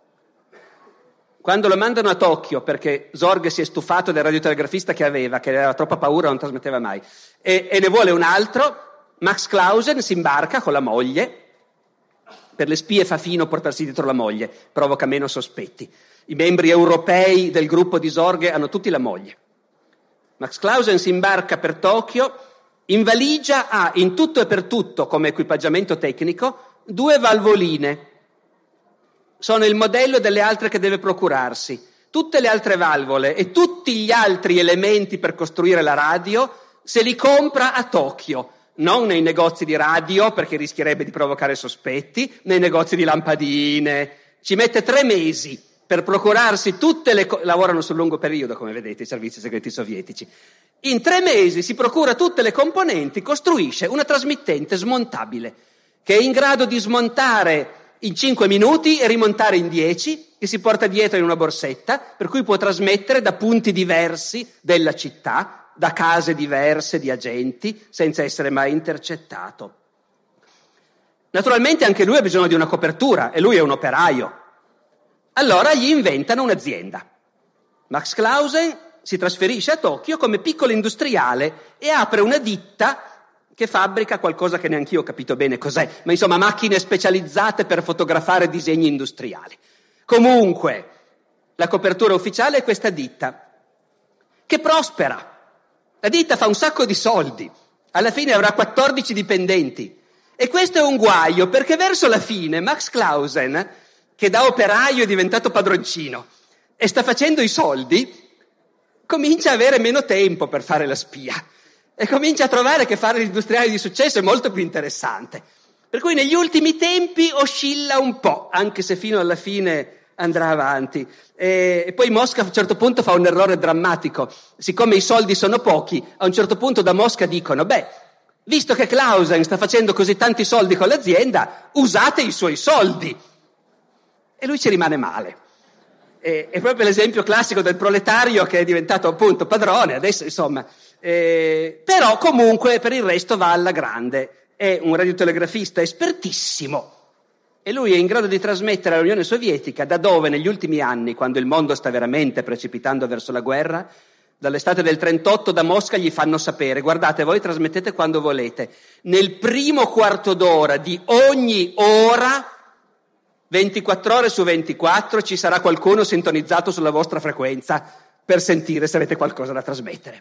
Quando lo mandano a Tokyo, perché Zorg si è stufato del radiotelegrafista che aveva troppa paura, non trasmetteva mai, e ne vuole un altro, Max Clausen si imbarca con la moglie. Per le spie fa fino portarsi dietro la moglie, provoca meno sospetti. I membri europei del gruppo di Zorg hanno tutti la moglie. Max Clausen si imbarca per Tokyo. In valigia ha in tutto e per tutto, come equipaggiamento tecnico, 2 valvoline. Sono il modello delle altre che deve procurarsi. Tutte le altre valvole e tutti gli altri elementi per costruire la radio se li compra a Tokyo, non nei negozi di radio perché rischierebbe di provocare sospetti, nei negozi di lampadine. Ci mette 3 mesi per procurarsi tutte le lavorano sul lungo periodo, come vedete, i servizi segreti sovietici. In 3 mesi si procura tutte le componenti, costruisce una trasmittente smontabile che è in grado di smontare in 5 minuti e rimontare in 10, che si porta dietro in una borsetta, per cui può trasmettere da punti diversi della città, da case diverse di agenti, senza essere mai intercettato. Naturalmente anche lui ha bisogno di una copertura e lui è un operaio. Allora gli inventano un'azienda. Max Clausen si trasferisce a Tokyo come piccolo industriale e apre una ditta che fabbrica qualcosa che neanch'io ho capito bene cos'è, ma insomma macchine specializzate per fotografare disegni industriali. Comunque, la copertura ufficiale è questa ditta, che prospera. La ditta fa un sacco di soldi, alla fine avrà 14 dipendenti. E questo è un guaio, perché verso la fine Max Clausen, che da operaio è diventato padroncino e sta facendo i soldi, comincia a avere meno tempo per fare la spia e comincia a trovare che fare l'industriale di successo è molto più interessante. Per cui negli ultimi tempi oscilla un po', anche se fino alla fine andrà avanti. E poi Mosca a un certo punto fa un errore drammatico. Siccome i soldi sono pochi, a un certo punto da Mosca dicono: visto che Clausen sta facendo così tanti soldi con l'azienda, usate i suoi soldi. E lui ci rimane male. È proprio l'esempio classico del proletario che è diventato appunto padrone, adesso insomma. Però comunque per il resto va alla grande. È un radiotelegrafista espertissimo e lui è in grado di trasmettere all'Unione Sovietica, da dove negli ultimi anni, quando il mondo sta veramente precipitando verso la guerra, dall'estate del 38 da Mosca gli fanno sapere: guardate, voi trasmettete quando volete, nel primo quarto d'ora di ogni ora, 24 ore su 24, ci sarà qualcuno sintonizzato sulla vostra frequenza per sentire se avete qualcosa da trasmettere.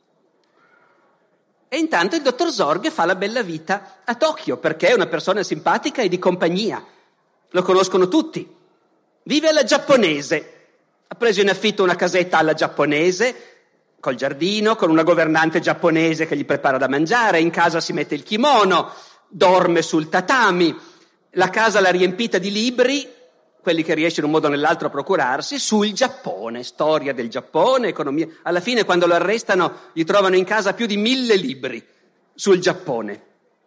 E intanto il dottor Zorg fa la bella vita a Tokyo, perché è una persona simpatica e di compagnia. Lo conoscono tutti. Vive alla giapponese. Ha preso in affitto una casetta alla giapponese, col giardino, con una governante giapponese che gli prepara da mangiare. In casa si mette il kimono, dorme sul tatami. La casa l'ha riempita di libri, quelli che riesce in un modo o nell'altro a procurarsi, sul Giappone, storia del Giappone, economia. Alla fine, quando lo arrestano, gli trovano in casa più di 1000 libri sul Giappone.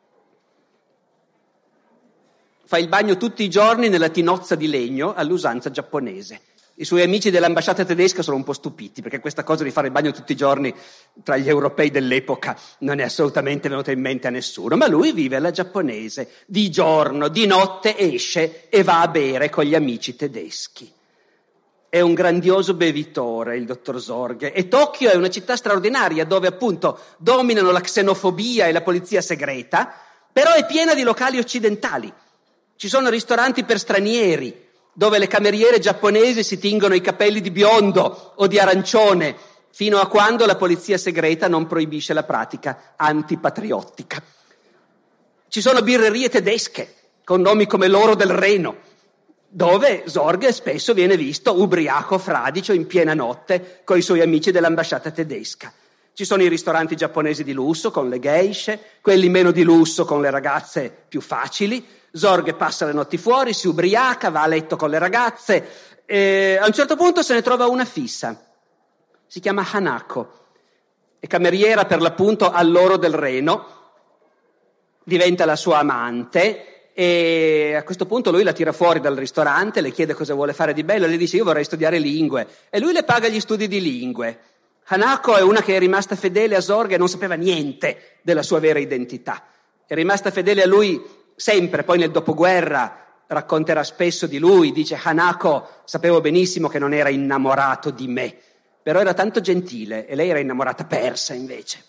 Fa il bagno tutti i giorni nella tinozza di legno all'usanza giapponese. I suoi amici dell'ambasciata tedesca sono un po' stupiti, perché questa cosa di fare il bagno tutti i giorni tra gli europei dell'epoca non è assolutamente venuta in mente a nessuno, ma lui vive alla giapponese, di giorno, di notte esce e va a bere con gli amici tedeschi. È un grandioso bevitore il dottor Zorg, e Tokyo è una città straordinaria dove appunto dominano la xenofobia e la polizia segreta, però è piena di locali occidentali. Ci sono ristoranti per stranieri, dove le cameriere giapponesi si tingono i capelli di biondo o di arancione, fino a quando la polizia segreta non proibisce la pratica antipatriottica. Ci sono birrerie tedesche, con nomi come l'Oro del Reno, dove Zorg spesso viene visto ubriaco fradicio in piena notte con i suoi amici dell'ambasciata tedesca. Ci sono i ristoranti giapponesi di lusso con le geishe, quelli meno di lusso con le ragazze più facili. Zorge passa le notti fuori, si ubriaca, va a letto con le ragazze e a un certo punto se ne trova una fissa. Si chiama Hanako, è cameriera per l'appunto all'Oro del Reno, diventa la sua amante e a questo punto lui la tira fuori dal ristorante, le chiede cosa vuole fare di bello e le dice io vorrei studiare lingue e lui le paga gli studi di lingue. Hanako è una che è rimasta fedele a Zorge e non sapeva niente della sua vera identità. È rimasta fedele a lui sempre, poi nel dopoguerra racconterà spesso di lui, dice Hanako, sapevo benissimo che non era innamorato di me, però era tanto gentile e lei era innamorata persa invece.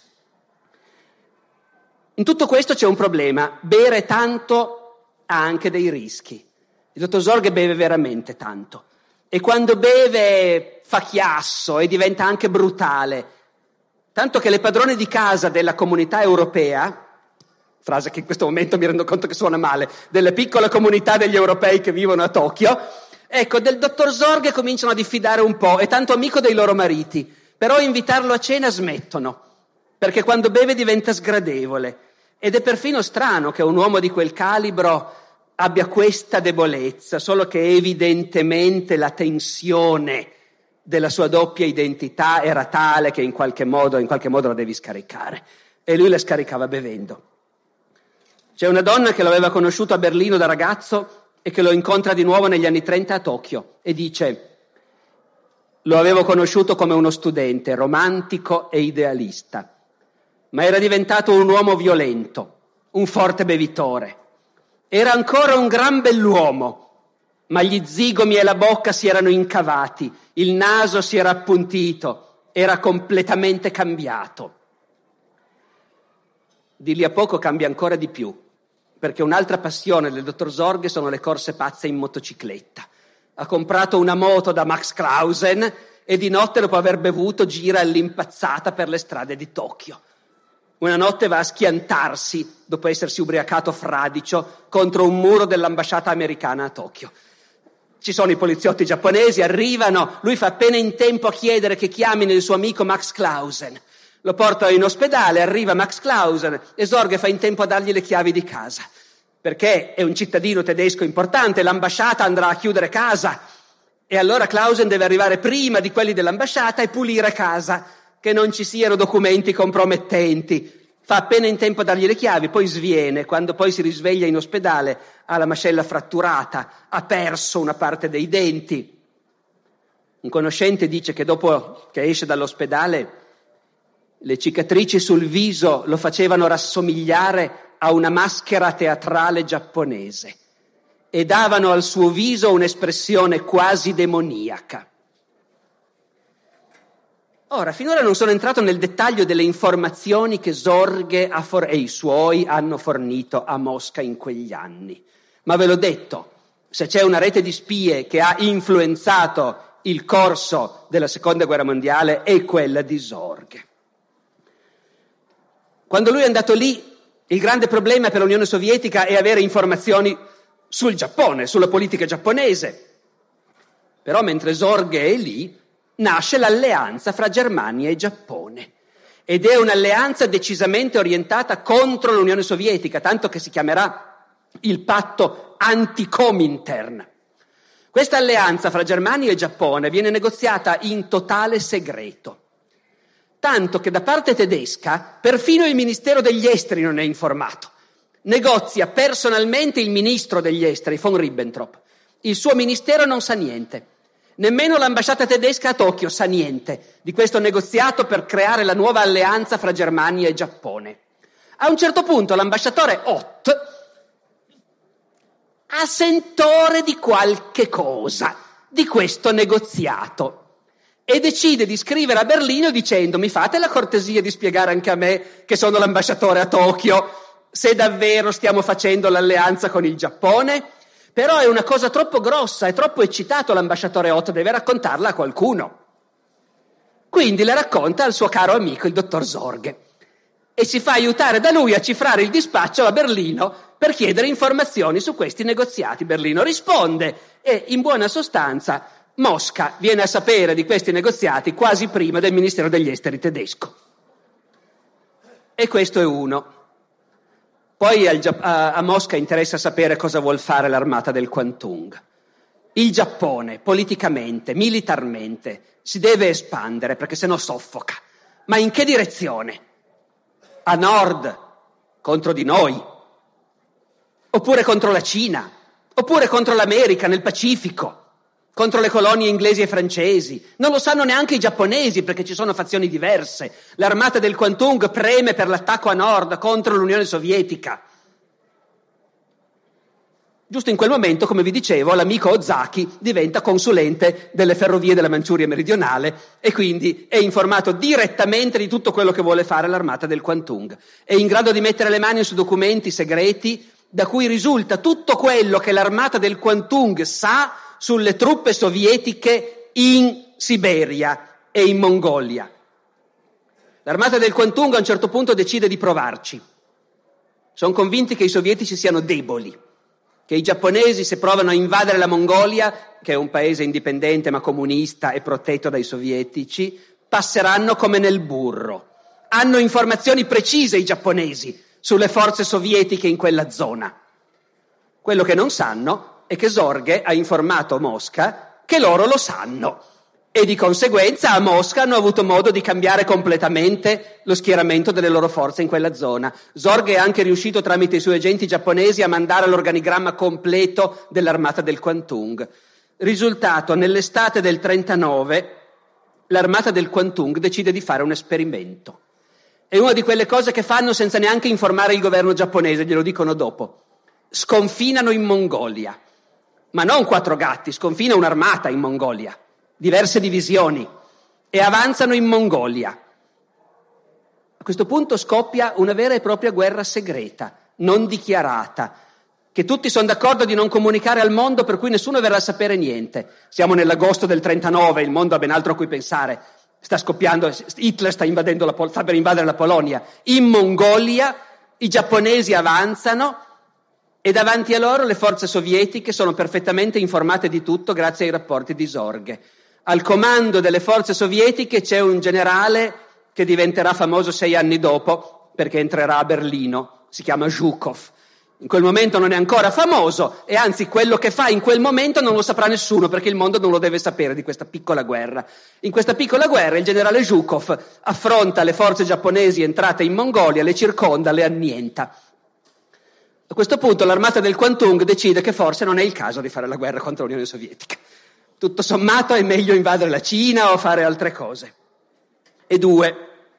In tutto questo c'è un problema, bere tanto ha anche dei rischi. Il dottor Zorge beve veramente tanto e quando beve fa chiasso e diventa anche brutale, tanto che le padrone di casa della comunità europea, frase che in questo momento mi rendo conto che suona male, delle piccole comunità degli europei che vivono a Tokyo, ecco, del dottor Zorge cominciano a diffidare un po', è tanto amico dei loro mariti, però invitarlo a cena smettono, perché quando beve diventa sgradevole. Ed è perfino strano che un uomo di quel calibro abbia questa debolezza, solo che evidentemente la tensione della sua doppia identità era tale che in qualche modo la devi scaricare. E lui la scaricava bevendo. C'è una donna che lo aveva conosciuto a Berlino da ragazzo e che lo incontra di nuovo negli anni 30 a Tokyo e dice: lo avevo conosciuto come uno studente romantico e idealista, ma era diventato un uomo violento, un forte bevitore. Era ancora un gran bell'uomo, ma gli zigomi e la bocca si erano incavati, il naso si era appuntito, era completamente cambiato. Di lì a poco cambia ancora di più, perché un'altra passione del dottor Zorge sono le corse pazze in motocicletta. Ha comprato una moto da Max Clausen e di notte, dopo aver bevuto, gira all'impazzata per le strade di Tokyo. Una notte va a schiantarsi, dopo essersi ubriacato fradicio, contro un muro dell'ambasciata americana a Tokyo. Ci sono i poliziotti giapponesi, arrivano, lui fa appena in tempo a chiedere che chiamino il suo amico Max Clausen. Lo portano in ospedale, arriva Max Clausen e Zorge fa in tempo a dargli le chiavi di casa, perché è un cittadino tedesco importante, l'ambasciata andrà a chiudere casa e allora Clausen deve arrivare prima di quelli dell'ambasciata e pulire casa, che non ci siano documenti compromettenti. Fa appena in tempo a dargli le chiavi, poi sviene, quando poi si risveglia in ospedale ha la mascella fratturata, ha perso una parte dei denti. Un conoscente dice che dopo che esce dall'ospedale le cicatrici sul viso lo facevano rassomigliare a una maschera teatrale giapponese e davano al suo viso un'espressione quasi demoniaca. Ora, finora non sono entrato nel dettaglio delle informazioni che Zorge e i suoi hanno fornito a Mosca in quegli anni, ma ve l'ho detto, se c'è una rete di spie che ha influenzato il corso della Seconda Guerra Mondiale è quella di Zorge. Quando lui è andato lì, il grande problema per l'Unione Sovietica è avere informazioni sul Giappone, sulla politica giapponese. Però mentre Zorge è lì, nasce l'alleanza fra Germania e Giappone. Ed è un'alleanza decisamente orientata contro l'Unione Sovietica, tanto che si chiamerà il patto anti-Comintern. Questa alleanza fra Germania e Giappone viene negoziata in totale segreto. Tanto che da parte tedesca perfino il Ministero degli Esteri non è informato. Negozia personalmente il ministro degli Esteri, von Ribbentrop. Il suo ministero non sa niente. Nemmeno l'ambasciata tedesca a Tokyo sa niente di questo negoziato per creare la nuova alleanza fra Germania e Giappone. A un certo punto l'ambasciatore Ott ha sentore di qualche cosa di questo negoziato e decide di scrivere a Berlino dicendo: mi fate la cortesia di spiegare anche a me, che sono l'ambasciatore a Tokyo, se davvero stiamo facendo l'alleanza con il Giappone? Però è una cosa troppo grossa, è troppo eccitato l'ambasciatore Ott, deve raccontarla a qualcuno. Quindi la racconta al suo caro amico, il dottor Zorge, e si fa aiutare da lui a cifrare il dispaccio a Berlino per chiedere informazioni su questi negoziati. Berlino risponde e, in buona sostanza, Mosca viene a sapere di questi negoziati quasi prima del Ministero degli Esteri tedesco. E questo è uno. Poi a Mosca interessa sapere cosa vuol fare l'armata del Kwantung. Il Giappone, politicamente, militarmente, si deve espandere perché sennò soffoca. Ma in che direzione? A nord, contro di noi, oppure contro la Cina, oppure contro l'America nel Pacifico, contro le colonie inglesi e francesi. Non lo sanno neanche i giapponesi perché ci sono fazioni diverse. L'armata del Kwantung preme per l'attacco a nord contro l'Unione Sovietica. Giusto in quel momento, come vi dicevo, l'amico Ozaki diventa consulente delle ferrovie della Manciuria meridionale e quindi è informato direttamente di tutto quello che vuole fare l'armata del Kwantung. È in grado di mettere le mani su documenti segreti da cui risulta tutto quello che l'armata del Kwantung sa sulle truppe sovietiche in Siberia e in Mongolia. L'armata del Kwantung a un certo punto decide di provarci. Sono convinti che i sovietici siano deboli, che i giapponesi, se provano a invadere la Mongolia, che è un paese indipendente ma comunista e protetto dai sovietici, passeranno come nel burro. Hanno informazioni precise i giapponesi sulle forze sovietiche in quella zona. Quello che non sanno è che Zorge ha informato Mosca che loro lo sanno e di conseguenza a Mosca hanno avuto modo di cambiare completamente lo schieramento delle loro forze in quella zona. Zorge è anche riuscito tramite i suoi agenti giapponesi a mandare l'organigramma completo dell'armata del Kwantung. Risultato, nell'estate del 39 l'armata del Kwantung decide di fare un esperimento. È una di quelle cose che fanno senza neanche informare il governo giapponese, glielo dicono dopo. Sconfinano in Mongolia. Ma non 4 gatti, sconfina un'armata in Mongolia, diverse divisioni, e avanzano in Mongolia. A questo punto scoppia una vera e propria guerra segreta, non dichiarata, che tutti sono d'accordo di non comunicare al mondo, per cui nessuno verrà a sapere niente. Siamo nell'agosto del 39, il mondo ha ben altro a cui pensare. Sta scoppiando, Hitler sta per invadere la Polonia. In Mongolia i giapponesi avanzano e davanti a loro le forze sovietiche sono perfettamente informate di tutto grazie ai rapporti di Zorge. Al comando delle forze sovietiche c'è un generale che diventerà famoso 6 anni dopo perché entrerà a Berlino, si chiama Zhukov. In quel momento non è ancora famoso e anzi quello che fa in quel momento non lo saprà nessuno perché il mondo non lo deve sapere di questa piccola guerra. In questa piccola guerra il generale Zhukov affronta le forze giapponesi entrate in Mongolia, le circonda, le annienta. A questo punto l'armata del Kwantung decide che forse non è il caso di fare la guerra contro l'Unione Sovietica. Tutto sommato è meglio invadere la Cina o fare altre cose. E 2.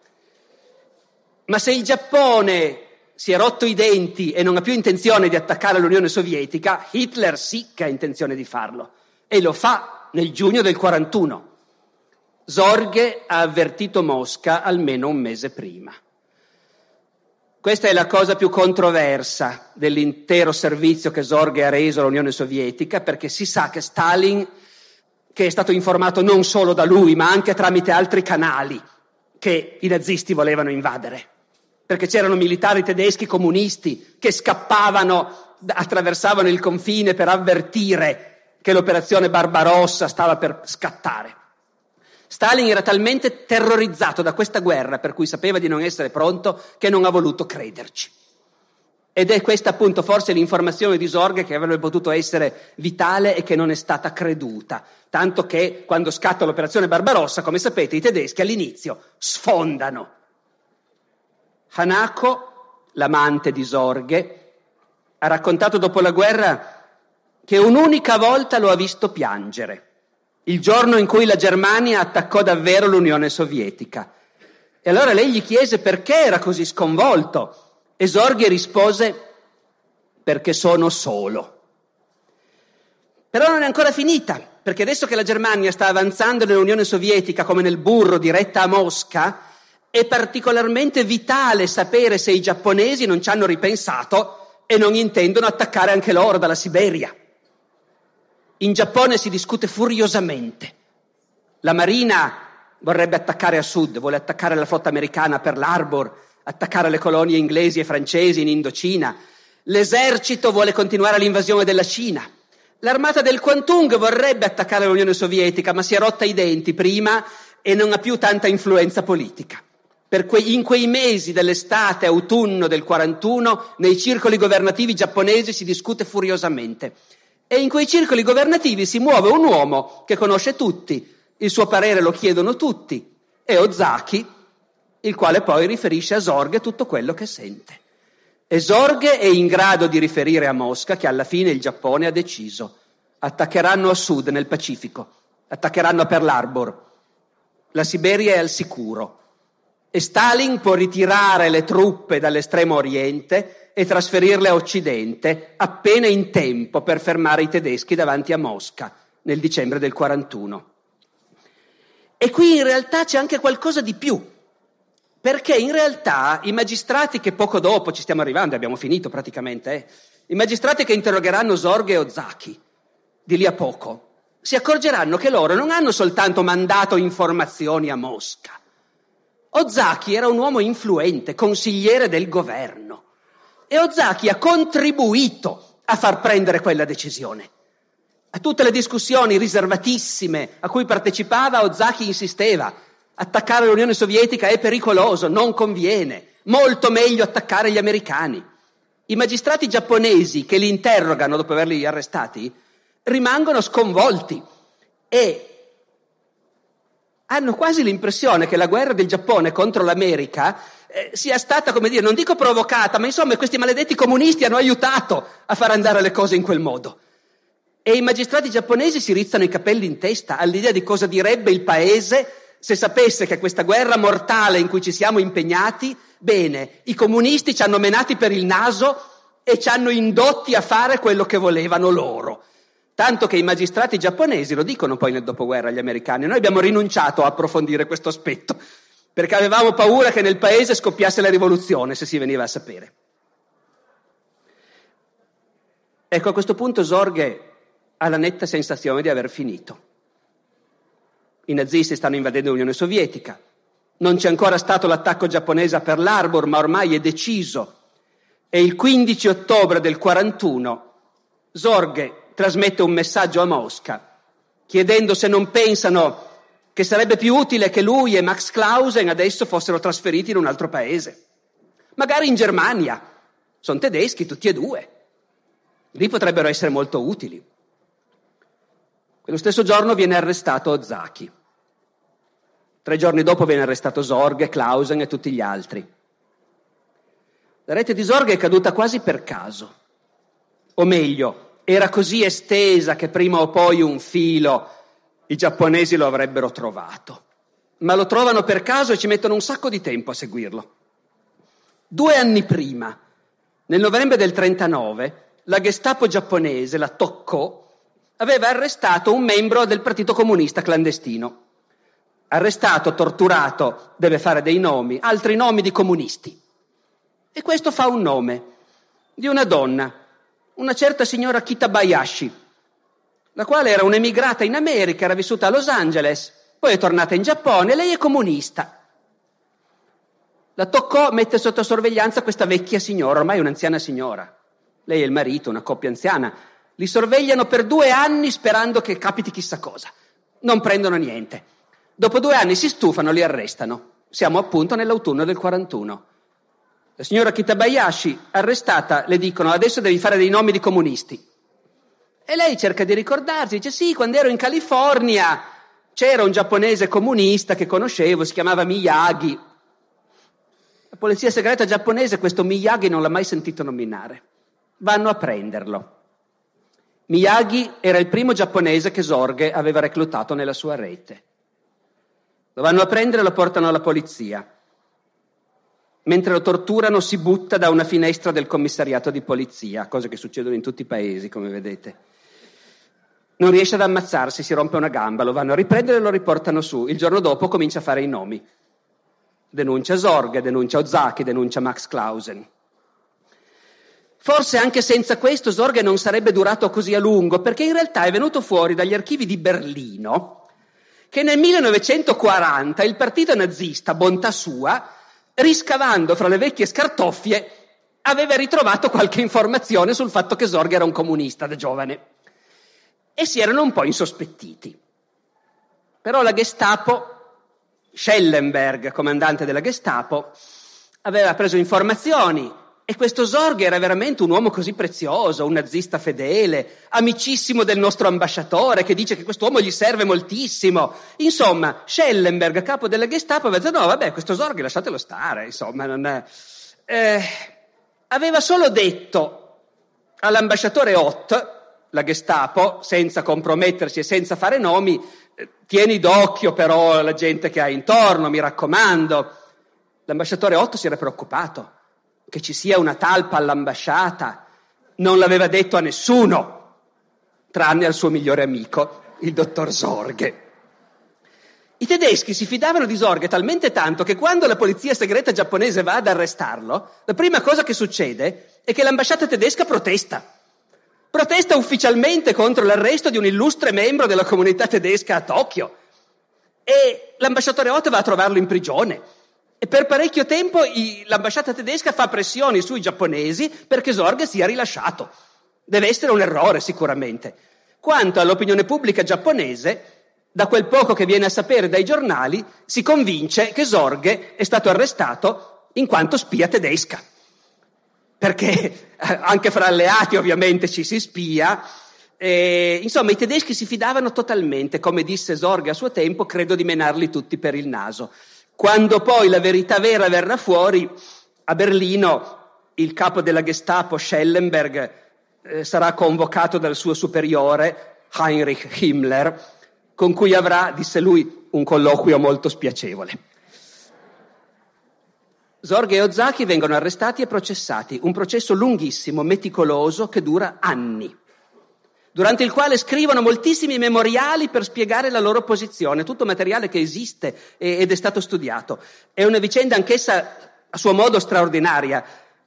Ma se il Giappone si è rotto i denti e non ha più intenzione di attaccare l'Unione Sovietica, Hitler sì che ha intenzione di farlo. E lo fa nel giugno del 41. Zorge ha avvertito Mosca almeno un mese prima. Questa è la cosa più controversa dell'intero servizio che Zorge ha reso all'Unione Sovietica, perché si sa che Stalin, che è stato informato non solo da lui, ma anche tramite altri canali, che i nazisti volevano invadere, perché c'erano militari tedeschi comunisti che scappavano, attraversavano il confine per avvertire che l'operazione Barbarossa stava per scattare. Stalin era talmente terrorizzato da questa guerra, per cui sapeva di non essere pronto, che non ha voluto crederci. Ed è questa appunto forse l'informazione di Zorge che avrebbe potuto essere vitale e che non è stata creduta. Tanto che quando scatta l'operazione Barbarossa, come sapete, i tedeschi all'inizio sfondano. Hanako, l'amante di Zorge, ha raccontato dopo la guerra che un'unica volta lo ha visto piangere. Il giorno in cui la Germania attaccò davvero l'Unione Sovietica. E allora lei gli chiese perché era così sconvolto e Zorge rispose: perché sono solo. Però non è ancora finita, perché adesso che la Germania sta avanzando nell'Unione Sovietica come nel burro diretta a Mosca, è particolarmente vitale sapere se i giapponesi non ci hanno ripensato e non intendono attaccare anche loro dalla Siberia. In Giappone si discute furiosamente. La Marina vorrebbe attaccare a sud, vuole attaccare la flotta americana a Pearl Harbor, attaccare le colonie inglesi e francesi in Indocina. L'esercito vuole continuare l'invasione della Cina. L'armata del Kwantung vorrebbe attaccare l'Unione Sovietica, ma si è rotta i denti prima e non ha più tanta influenza politica. in quei mesi dell'estate, autunno del 41, nei circoli governativi giapponesi si discute furiosamente. E in quei circoli governativi si muove un uomo che conosce tutti, il suo parere lo chiedono tutti, è Ozaki, il quale poi riferisce a Sorge tutto quello che sente. E Sorge è in grado di riferire a Mosca che alla fine il Giappone ha deciso: attaccheranno a sud nel Pacifico, attaccheranno a Pearl Harbor, la Siberia è al sicuro e Stalin può ritirare le truppe dall'estremo oriente e trasferirle a occidente appena in tempo per fermare i tedeschi davanti a Mosca nel dicembre del 41. E qui in realtà c'è anche qualcosa di più, perché in realtà i magistrati che poco dopo, ci stiamo arrivando, abbiamo finito praticamente, i magistrati che interrogheranno Sorge e Ozaki di lì a poco si accorgeranno che loro non hanno soltanto mandato informazioni a Mosca. Ozaki era un uomo influente, consigliere del governo, e Ozaki ha contribuito a far prendere quella decisione. A tutte le discussioni riservatissime a cui partecipava, Ozaki insisteva: attaccare l'Unione Sovietica è pericoloso, non conviene, molto meglio attaccare gli americani. I magistrati giapponesi che li interrogano dopo averli arrestati rimangono sconvolti e hanno quasi l'impressione che la guerra del Giappone contro l'America sia stata, come dire, non dico provocata, ma insomma questi maledetti comunisti hanno aiutato a far andare le cose in quel modo. E i magistrati giapponesi si rizzano i capelli in testa all'idea di cosa direbbe il paese se sapesse che questa guerra mortale in cui ci siamo impegnati, bene, i comunisti ci hanno menati per il naso e ci hanno indotti a fare quello che volevano loro. Tanto che i magistrati giapponesi lo dicono poi nel dopoguerra agli americani: noi abbiamo rinunciato a approfondire questo aspetto perché avevamo paura che nel paese scoppiasse la rivoluzione se si veniva a sapere. Ecco, a questo punto Sorge ha la netta sensazione di aver finito. I nazisti stanno invadendo l'Unione Sovietica, non c'è ancora stato l'attacco giapponese a Pearl Harbor, ma ormai è deciso. E il 15 ottobre del 41 Sorge trasmette un messaggio a Mosca chiedendo se non pensano che sarebbe più utile che lui e Max Clausen adesso fossero trasferiti in un altro paese, magari in Germania, sono tedeschi tutti e due, lì potrebbero essere molto utili. Quello stesso giorno viene arrestato Ozaki, 3 giorni dopo viene arrestato Sorge, Clausen e tutti gli altri. La rete di Sorge è caduta quasi per caso, o meglio, era così estesa che prima o poi un filo i giapponesi lo avrebbero trovato, ma lo trovano per caso e ci mettono un sacco di tempo a seguirlo. 2 anni prima, nel novembre del 39, la Gestapo giapponese, la Tokko, aveva arrestato un membro del Partito Comunista clandestino. Arrestato, torturato, deve fare dei nomi, altri nomi di comunisti. E questo fa un nome di una donna, una certa signora Kitabayashi, la quale era un'emigrata in America, era vissuta a Los Angeles, poi è tornata in Giappone e lei è comunista. La Tokko mette sotto sorveglianza questa vecchia signora, ormai un'anziana signora. Lei e il marito, una coppia anziana, li sorvegliano per 2 anni sperando che capiti chissà cosa. Non prendono niente. Dopo 2 anni si stufano, li arrestano. Siamo appunto nell'autunno del 41. La signora Kitabayashi, arrestata, le dicono: adesso devi fare dei nomi di comunisti. E lei cerca di ricordarsi, dice: sì, quando ero in California c'era un giapponese comunista che conoscevo, si chiamava Miyagi. La polizia segreta giapponese questo Miyagi non l'ha mai sentito nominare. Vanno a prenderlo. Miyagi era il primo giapponese che Sorge aveva reclutato nella sua rete. Lo vanno a prendere e lo portano alla polizia. Mentre lo torturano si butta da una finestra del commissariato di polizia, cose che succedono in tutti i paesi, come vedete. Non riesce ad ammazzarsi, si rompe una gamba, lo vanno a riprendere e lo riportano su. Il giorno dopo comincia a fare i nomi. Denuncia Sorge, denuncia Ozaki, denuncia Max Clausen. Forse anche senza questo Sorge non sarebbe durato così a lungo, perché in realtà è venuto fuori dagli archivi di Berlino che nel 1940 il partito nazista, bontà sua, riscavando fra le vecchie scartoffie, aveva ritrovato qualche informazione sul fatto che Sorge era un comunista da giovane. E si erano un po' insospettiti. Però la Gestapo Schellenberg, comandante della Gestapo, aveva preso informazioni e questo Zorg era veramente un uomo così prezioso, un nazista fedele, amicissimo del nostro ambasciatore che dice che quest'uomo gli serve moltissimo. Insomma, Schellenberg, capo della Gestapo, aveva detto no, vabbè, questo Zorg lasciatelo stare, insomma, non è... aveva solo detto all'ambasciatore Ott, la Gestapo, senza compromettersi e senza fare nomi, tieni d'occhio però la gente che hai intorno, mi raccomando. L'ambasciatore Ott si era preoccupato che ci sia una talpa all'ambasciata, non l'aveva detto a nessuno, tranne al suo migliore amico, il dottor Zorge. I tedeschi si fidavano di Zorge talmente tanto che quando la polizia segreta giapponese va ad arrestarlo, la prima cosa che succede è che l'ambasciata tedesca protesta. Protesta ufficialmente contro l'arresto di un illustre membro della comunità tedesca a Tokyo. E l'ambasciatore Ott va a trovarlo in prigione. E per parecchio tempo l'ambasciata tedesca fa pressioni sui giapponesi perché Zorge sia rilasciato. Deve essere un errore sicuramente. Quanto all'opinione pubblica giapponese, da quel poco che viene a sapere dai giornali, si convince che Zorge è stato arrestato in quanto spia tedesca. Perché anche fra alleati ovviamente ci si spia. Insomma, i tedeschi si fidavano totalmente, come disse Zorge a suo tempo, credo di menarli tutti per il naso. Quando poi la verità vera verrà fuori, a Berlino il capo della Gestapo, Schellenberg, sarà convocato dal suo superiore, Heinrich Himmler, con cui avrà, disse lui, un colloquio molto spiacevole. Zorge e Ozaki vengono arrestati e processati, un processo lunghissimo, meticoloso, che dura anni, durante il quale scrivono moltissimi memoriali per spiegare la loro posizione, tutto materiale che esiste ed è stato studiato. È una vicenda anch'essa a suo modo straordinaria.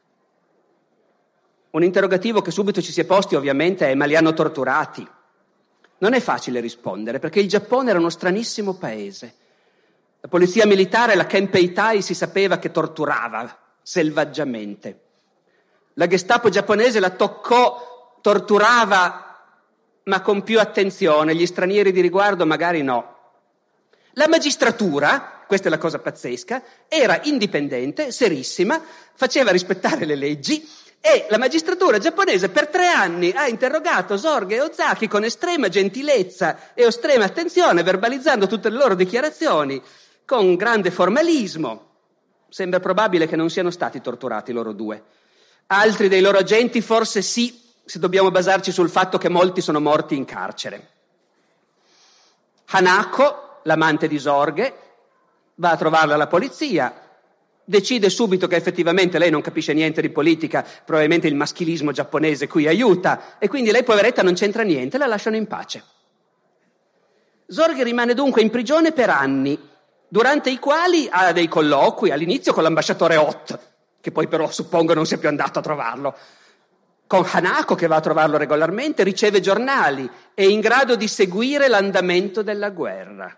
Un interrogativo che subito ci si è posti ovviamente è: ma li hanno torturati? Non è facile rispondere, perché il Giappone era uno stranissimo paese. La polizia militare, la Kempeitai, si sapeva che torturava selvaggiamente. La Gestapo giapponese la toccò, torturava, ma con più attenzione, gli stranieri di riguardo magari no. La magistratura, questa è la cosa pazzesca, era indipendente, serissima, faceva rispettare le leggi e la magistratura giapponese per 3 anni ha interrogato Zorge e Ozaki con estrema gentilezza e estrema attenzione, verbalizzando tutte le loro dichiarazioni con grande formalismo. Sembra probabile che non siano stati torturati loro due. Altri dei loro agenti forse sì, se dobbiamo basarci sul fatto che molti sono morti in carcere. Hanako, l'amante di Zorge, va a trovarla alla polizia, decide subito che effettivamente lei non capisce niente di politica, probabilmente il maschilismo giapponese qui aiuta, e quindi lei, poveretta, non c'entra niente, la lasciano in pace. Zorge rimane dunque in prigione per anni, durante i quali ha dei colloqui, all'inizio con l'ambasciatore Ott, che poi però suppongo non sia più andato a trovarlo, con Hanako, che va a trovarlo regolarmente, riceve giornali, è in grado di seguire l'andamento della guerra.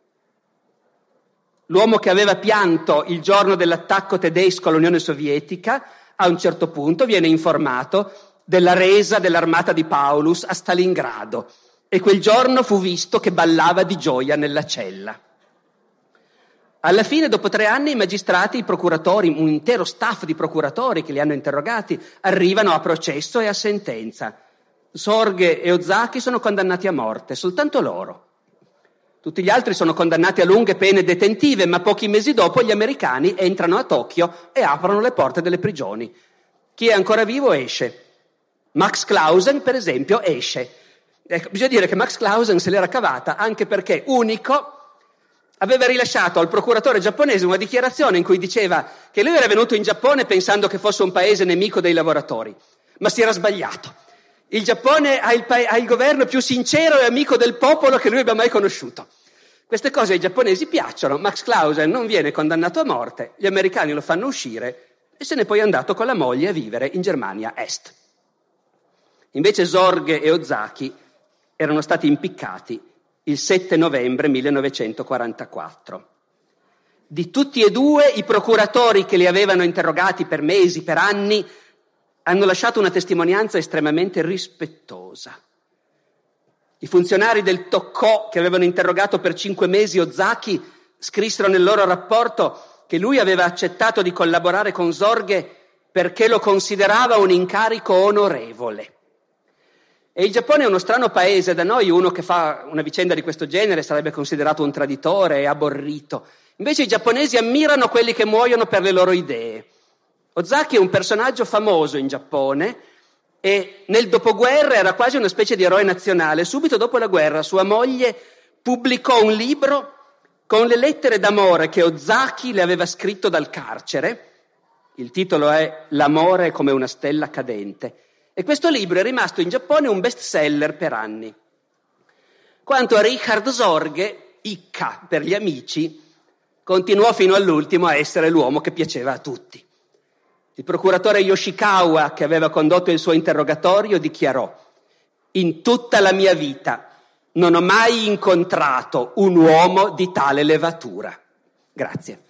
L'uomo che aveva pianto il giorno dell'attacco tedesco all'Unione Sovietica, a un certo punto viene informato della resa dell'armata di Paulus a Stalingrado, e quel giorno fu visto che ballava di gioia nella cella. Alla fine, dopo 3 anni, i magistrati, i procuratori, un intero staff di procuratori che li hanno interrogati, arrivano a processo e a sentenza. Zorge e Ozaki sono condannati a morte, soltanto loro. Tutti gli altri sono condannati a lunghe pene detentive, ma pochi mesi dopo gli americani entrano a Tokyo e aprono le porte delle prigioni. Chi è ancora vivo esce. Max Clausen, per esempio, esce. Ecco, bisogna dire che Max Clausen se l'era cavata, anche perché unico aveva rilasciato al procuratore giapponese una dichiarazione in cui diceva che lui era venuto in Giappone pensando che fosse un paese nemico dei lavoratori, ma si era sbagliato. Il Giappone ha il governo più sincero e amico del popolo che lui abbia mai conosciuto. Queste cose ai giapponesi piacciono. Max Clausen non viene condannato a morte, gli americani lo fanno uscire e se n'è poi andato con la moglie a vivere in Germania Est. Invece Zorge e Ozaki erano stati impiccati il 7 novembre 1944. Di tutti e due i procuratori che li avevano interrogati per mesi, per anni, hanno lasciato una testimonianza estremamente rispettosa. I funzionari del Tokkō che avevano interrogato per 5 mesi Ozaki Scrissero nel loro rapporto che lui aveva accettato di collaborare con Zorge perché lo considerava un incarico onorevole. E il Giappone è uno strano paese, da noi uno che fa una vicenda di questo genere sarebbe considerato un traditore e aborrito. Invece i giapponesi ammirano quelli che muoiono per le loro idee. Ozaki è un personaggio famoso in Giappone e nel dopoguerra era quasi una specie di eroe nazionale. Subito dopo la guerra sua moglie pubblicò un libro con le lettere d'amore che Ozaki le aveva scritto dal carcere. Il titolo è L'amore come una stella cadente. E questo libro è rimasto in Giappone un bestseller per anni. Quanto a Richard Zorge, Icca per gli amici, continuò fino all'ultimo a essere l'uomo che piaceva a tutti. Il procuratore Yoshikawa, che aveva condotto il suo interrogatorio, dichiarò: «In tutta la mia vita non ho mai incontrato un uomo di tale levatura». Grazie.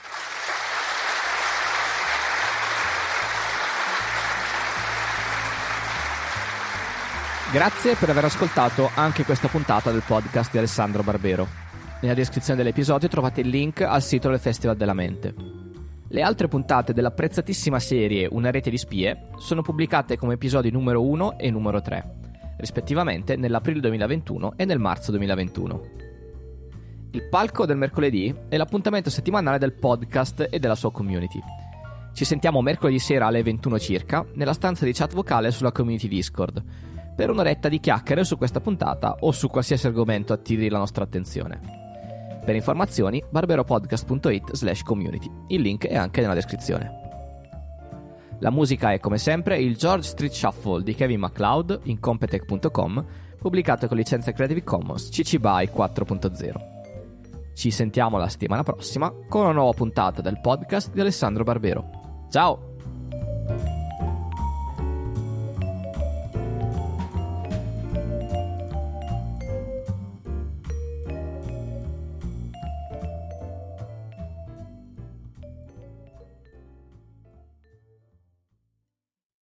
Grazie per aver ascoltato anche questa puntata del podcast di Alessandro Barbero. Nella descrizione dell'episodio trovate il link al sito del Festival della Mente. Le altre puntate dell'apprezzatissima serie Una rete di spie sono pubblicate come episodi numero 1 e numero 3, rispettivamente nell'aprile 2021 e nel marzo 2021. Il palco del mercoledì è l'appuntamento settimanale del podcast e della sua community. Ci sentiamo mercoledì sera alle 21 circa nella stanza di chat vocale sulla community Discord per un'oretta di chiacchiere su questa puntata o su qualsiasi argomento attiri la nostra attenzione. Per informazioni barberopodcast.it/community. Il link è anche nella descrizione. La musica è come sempre il George Street Shuffle di Kevin MacLeod in Competech.com, pubblicato con licenza Creative Commons CC BY 4.0. Ci sentiamo la settimana prossima con una nuova puntata del podcast di Alessandro Barbero. Ciao!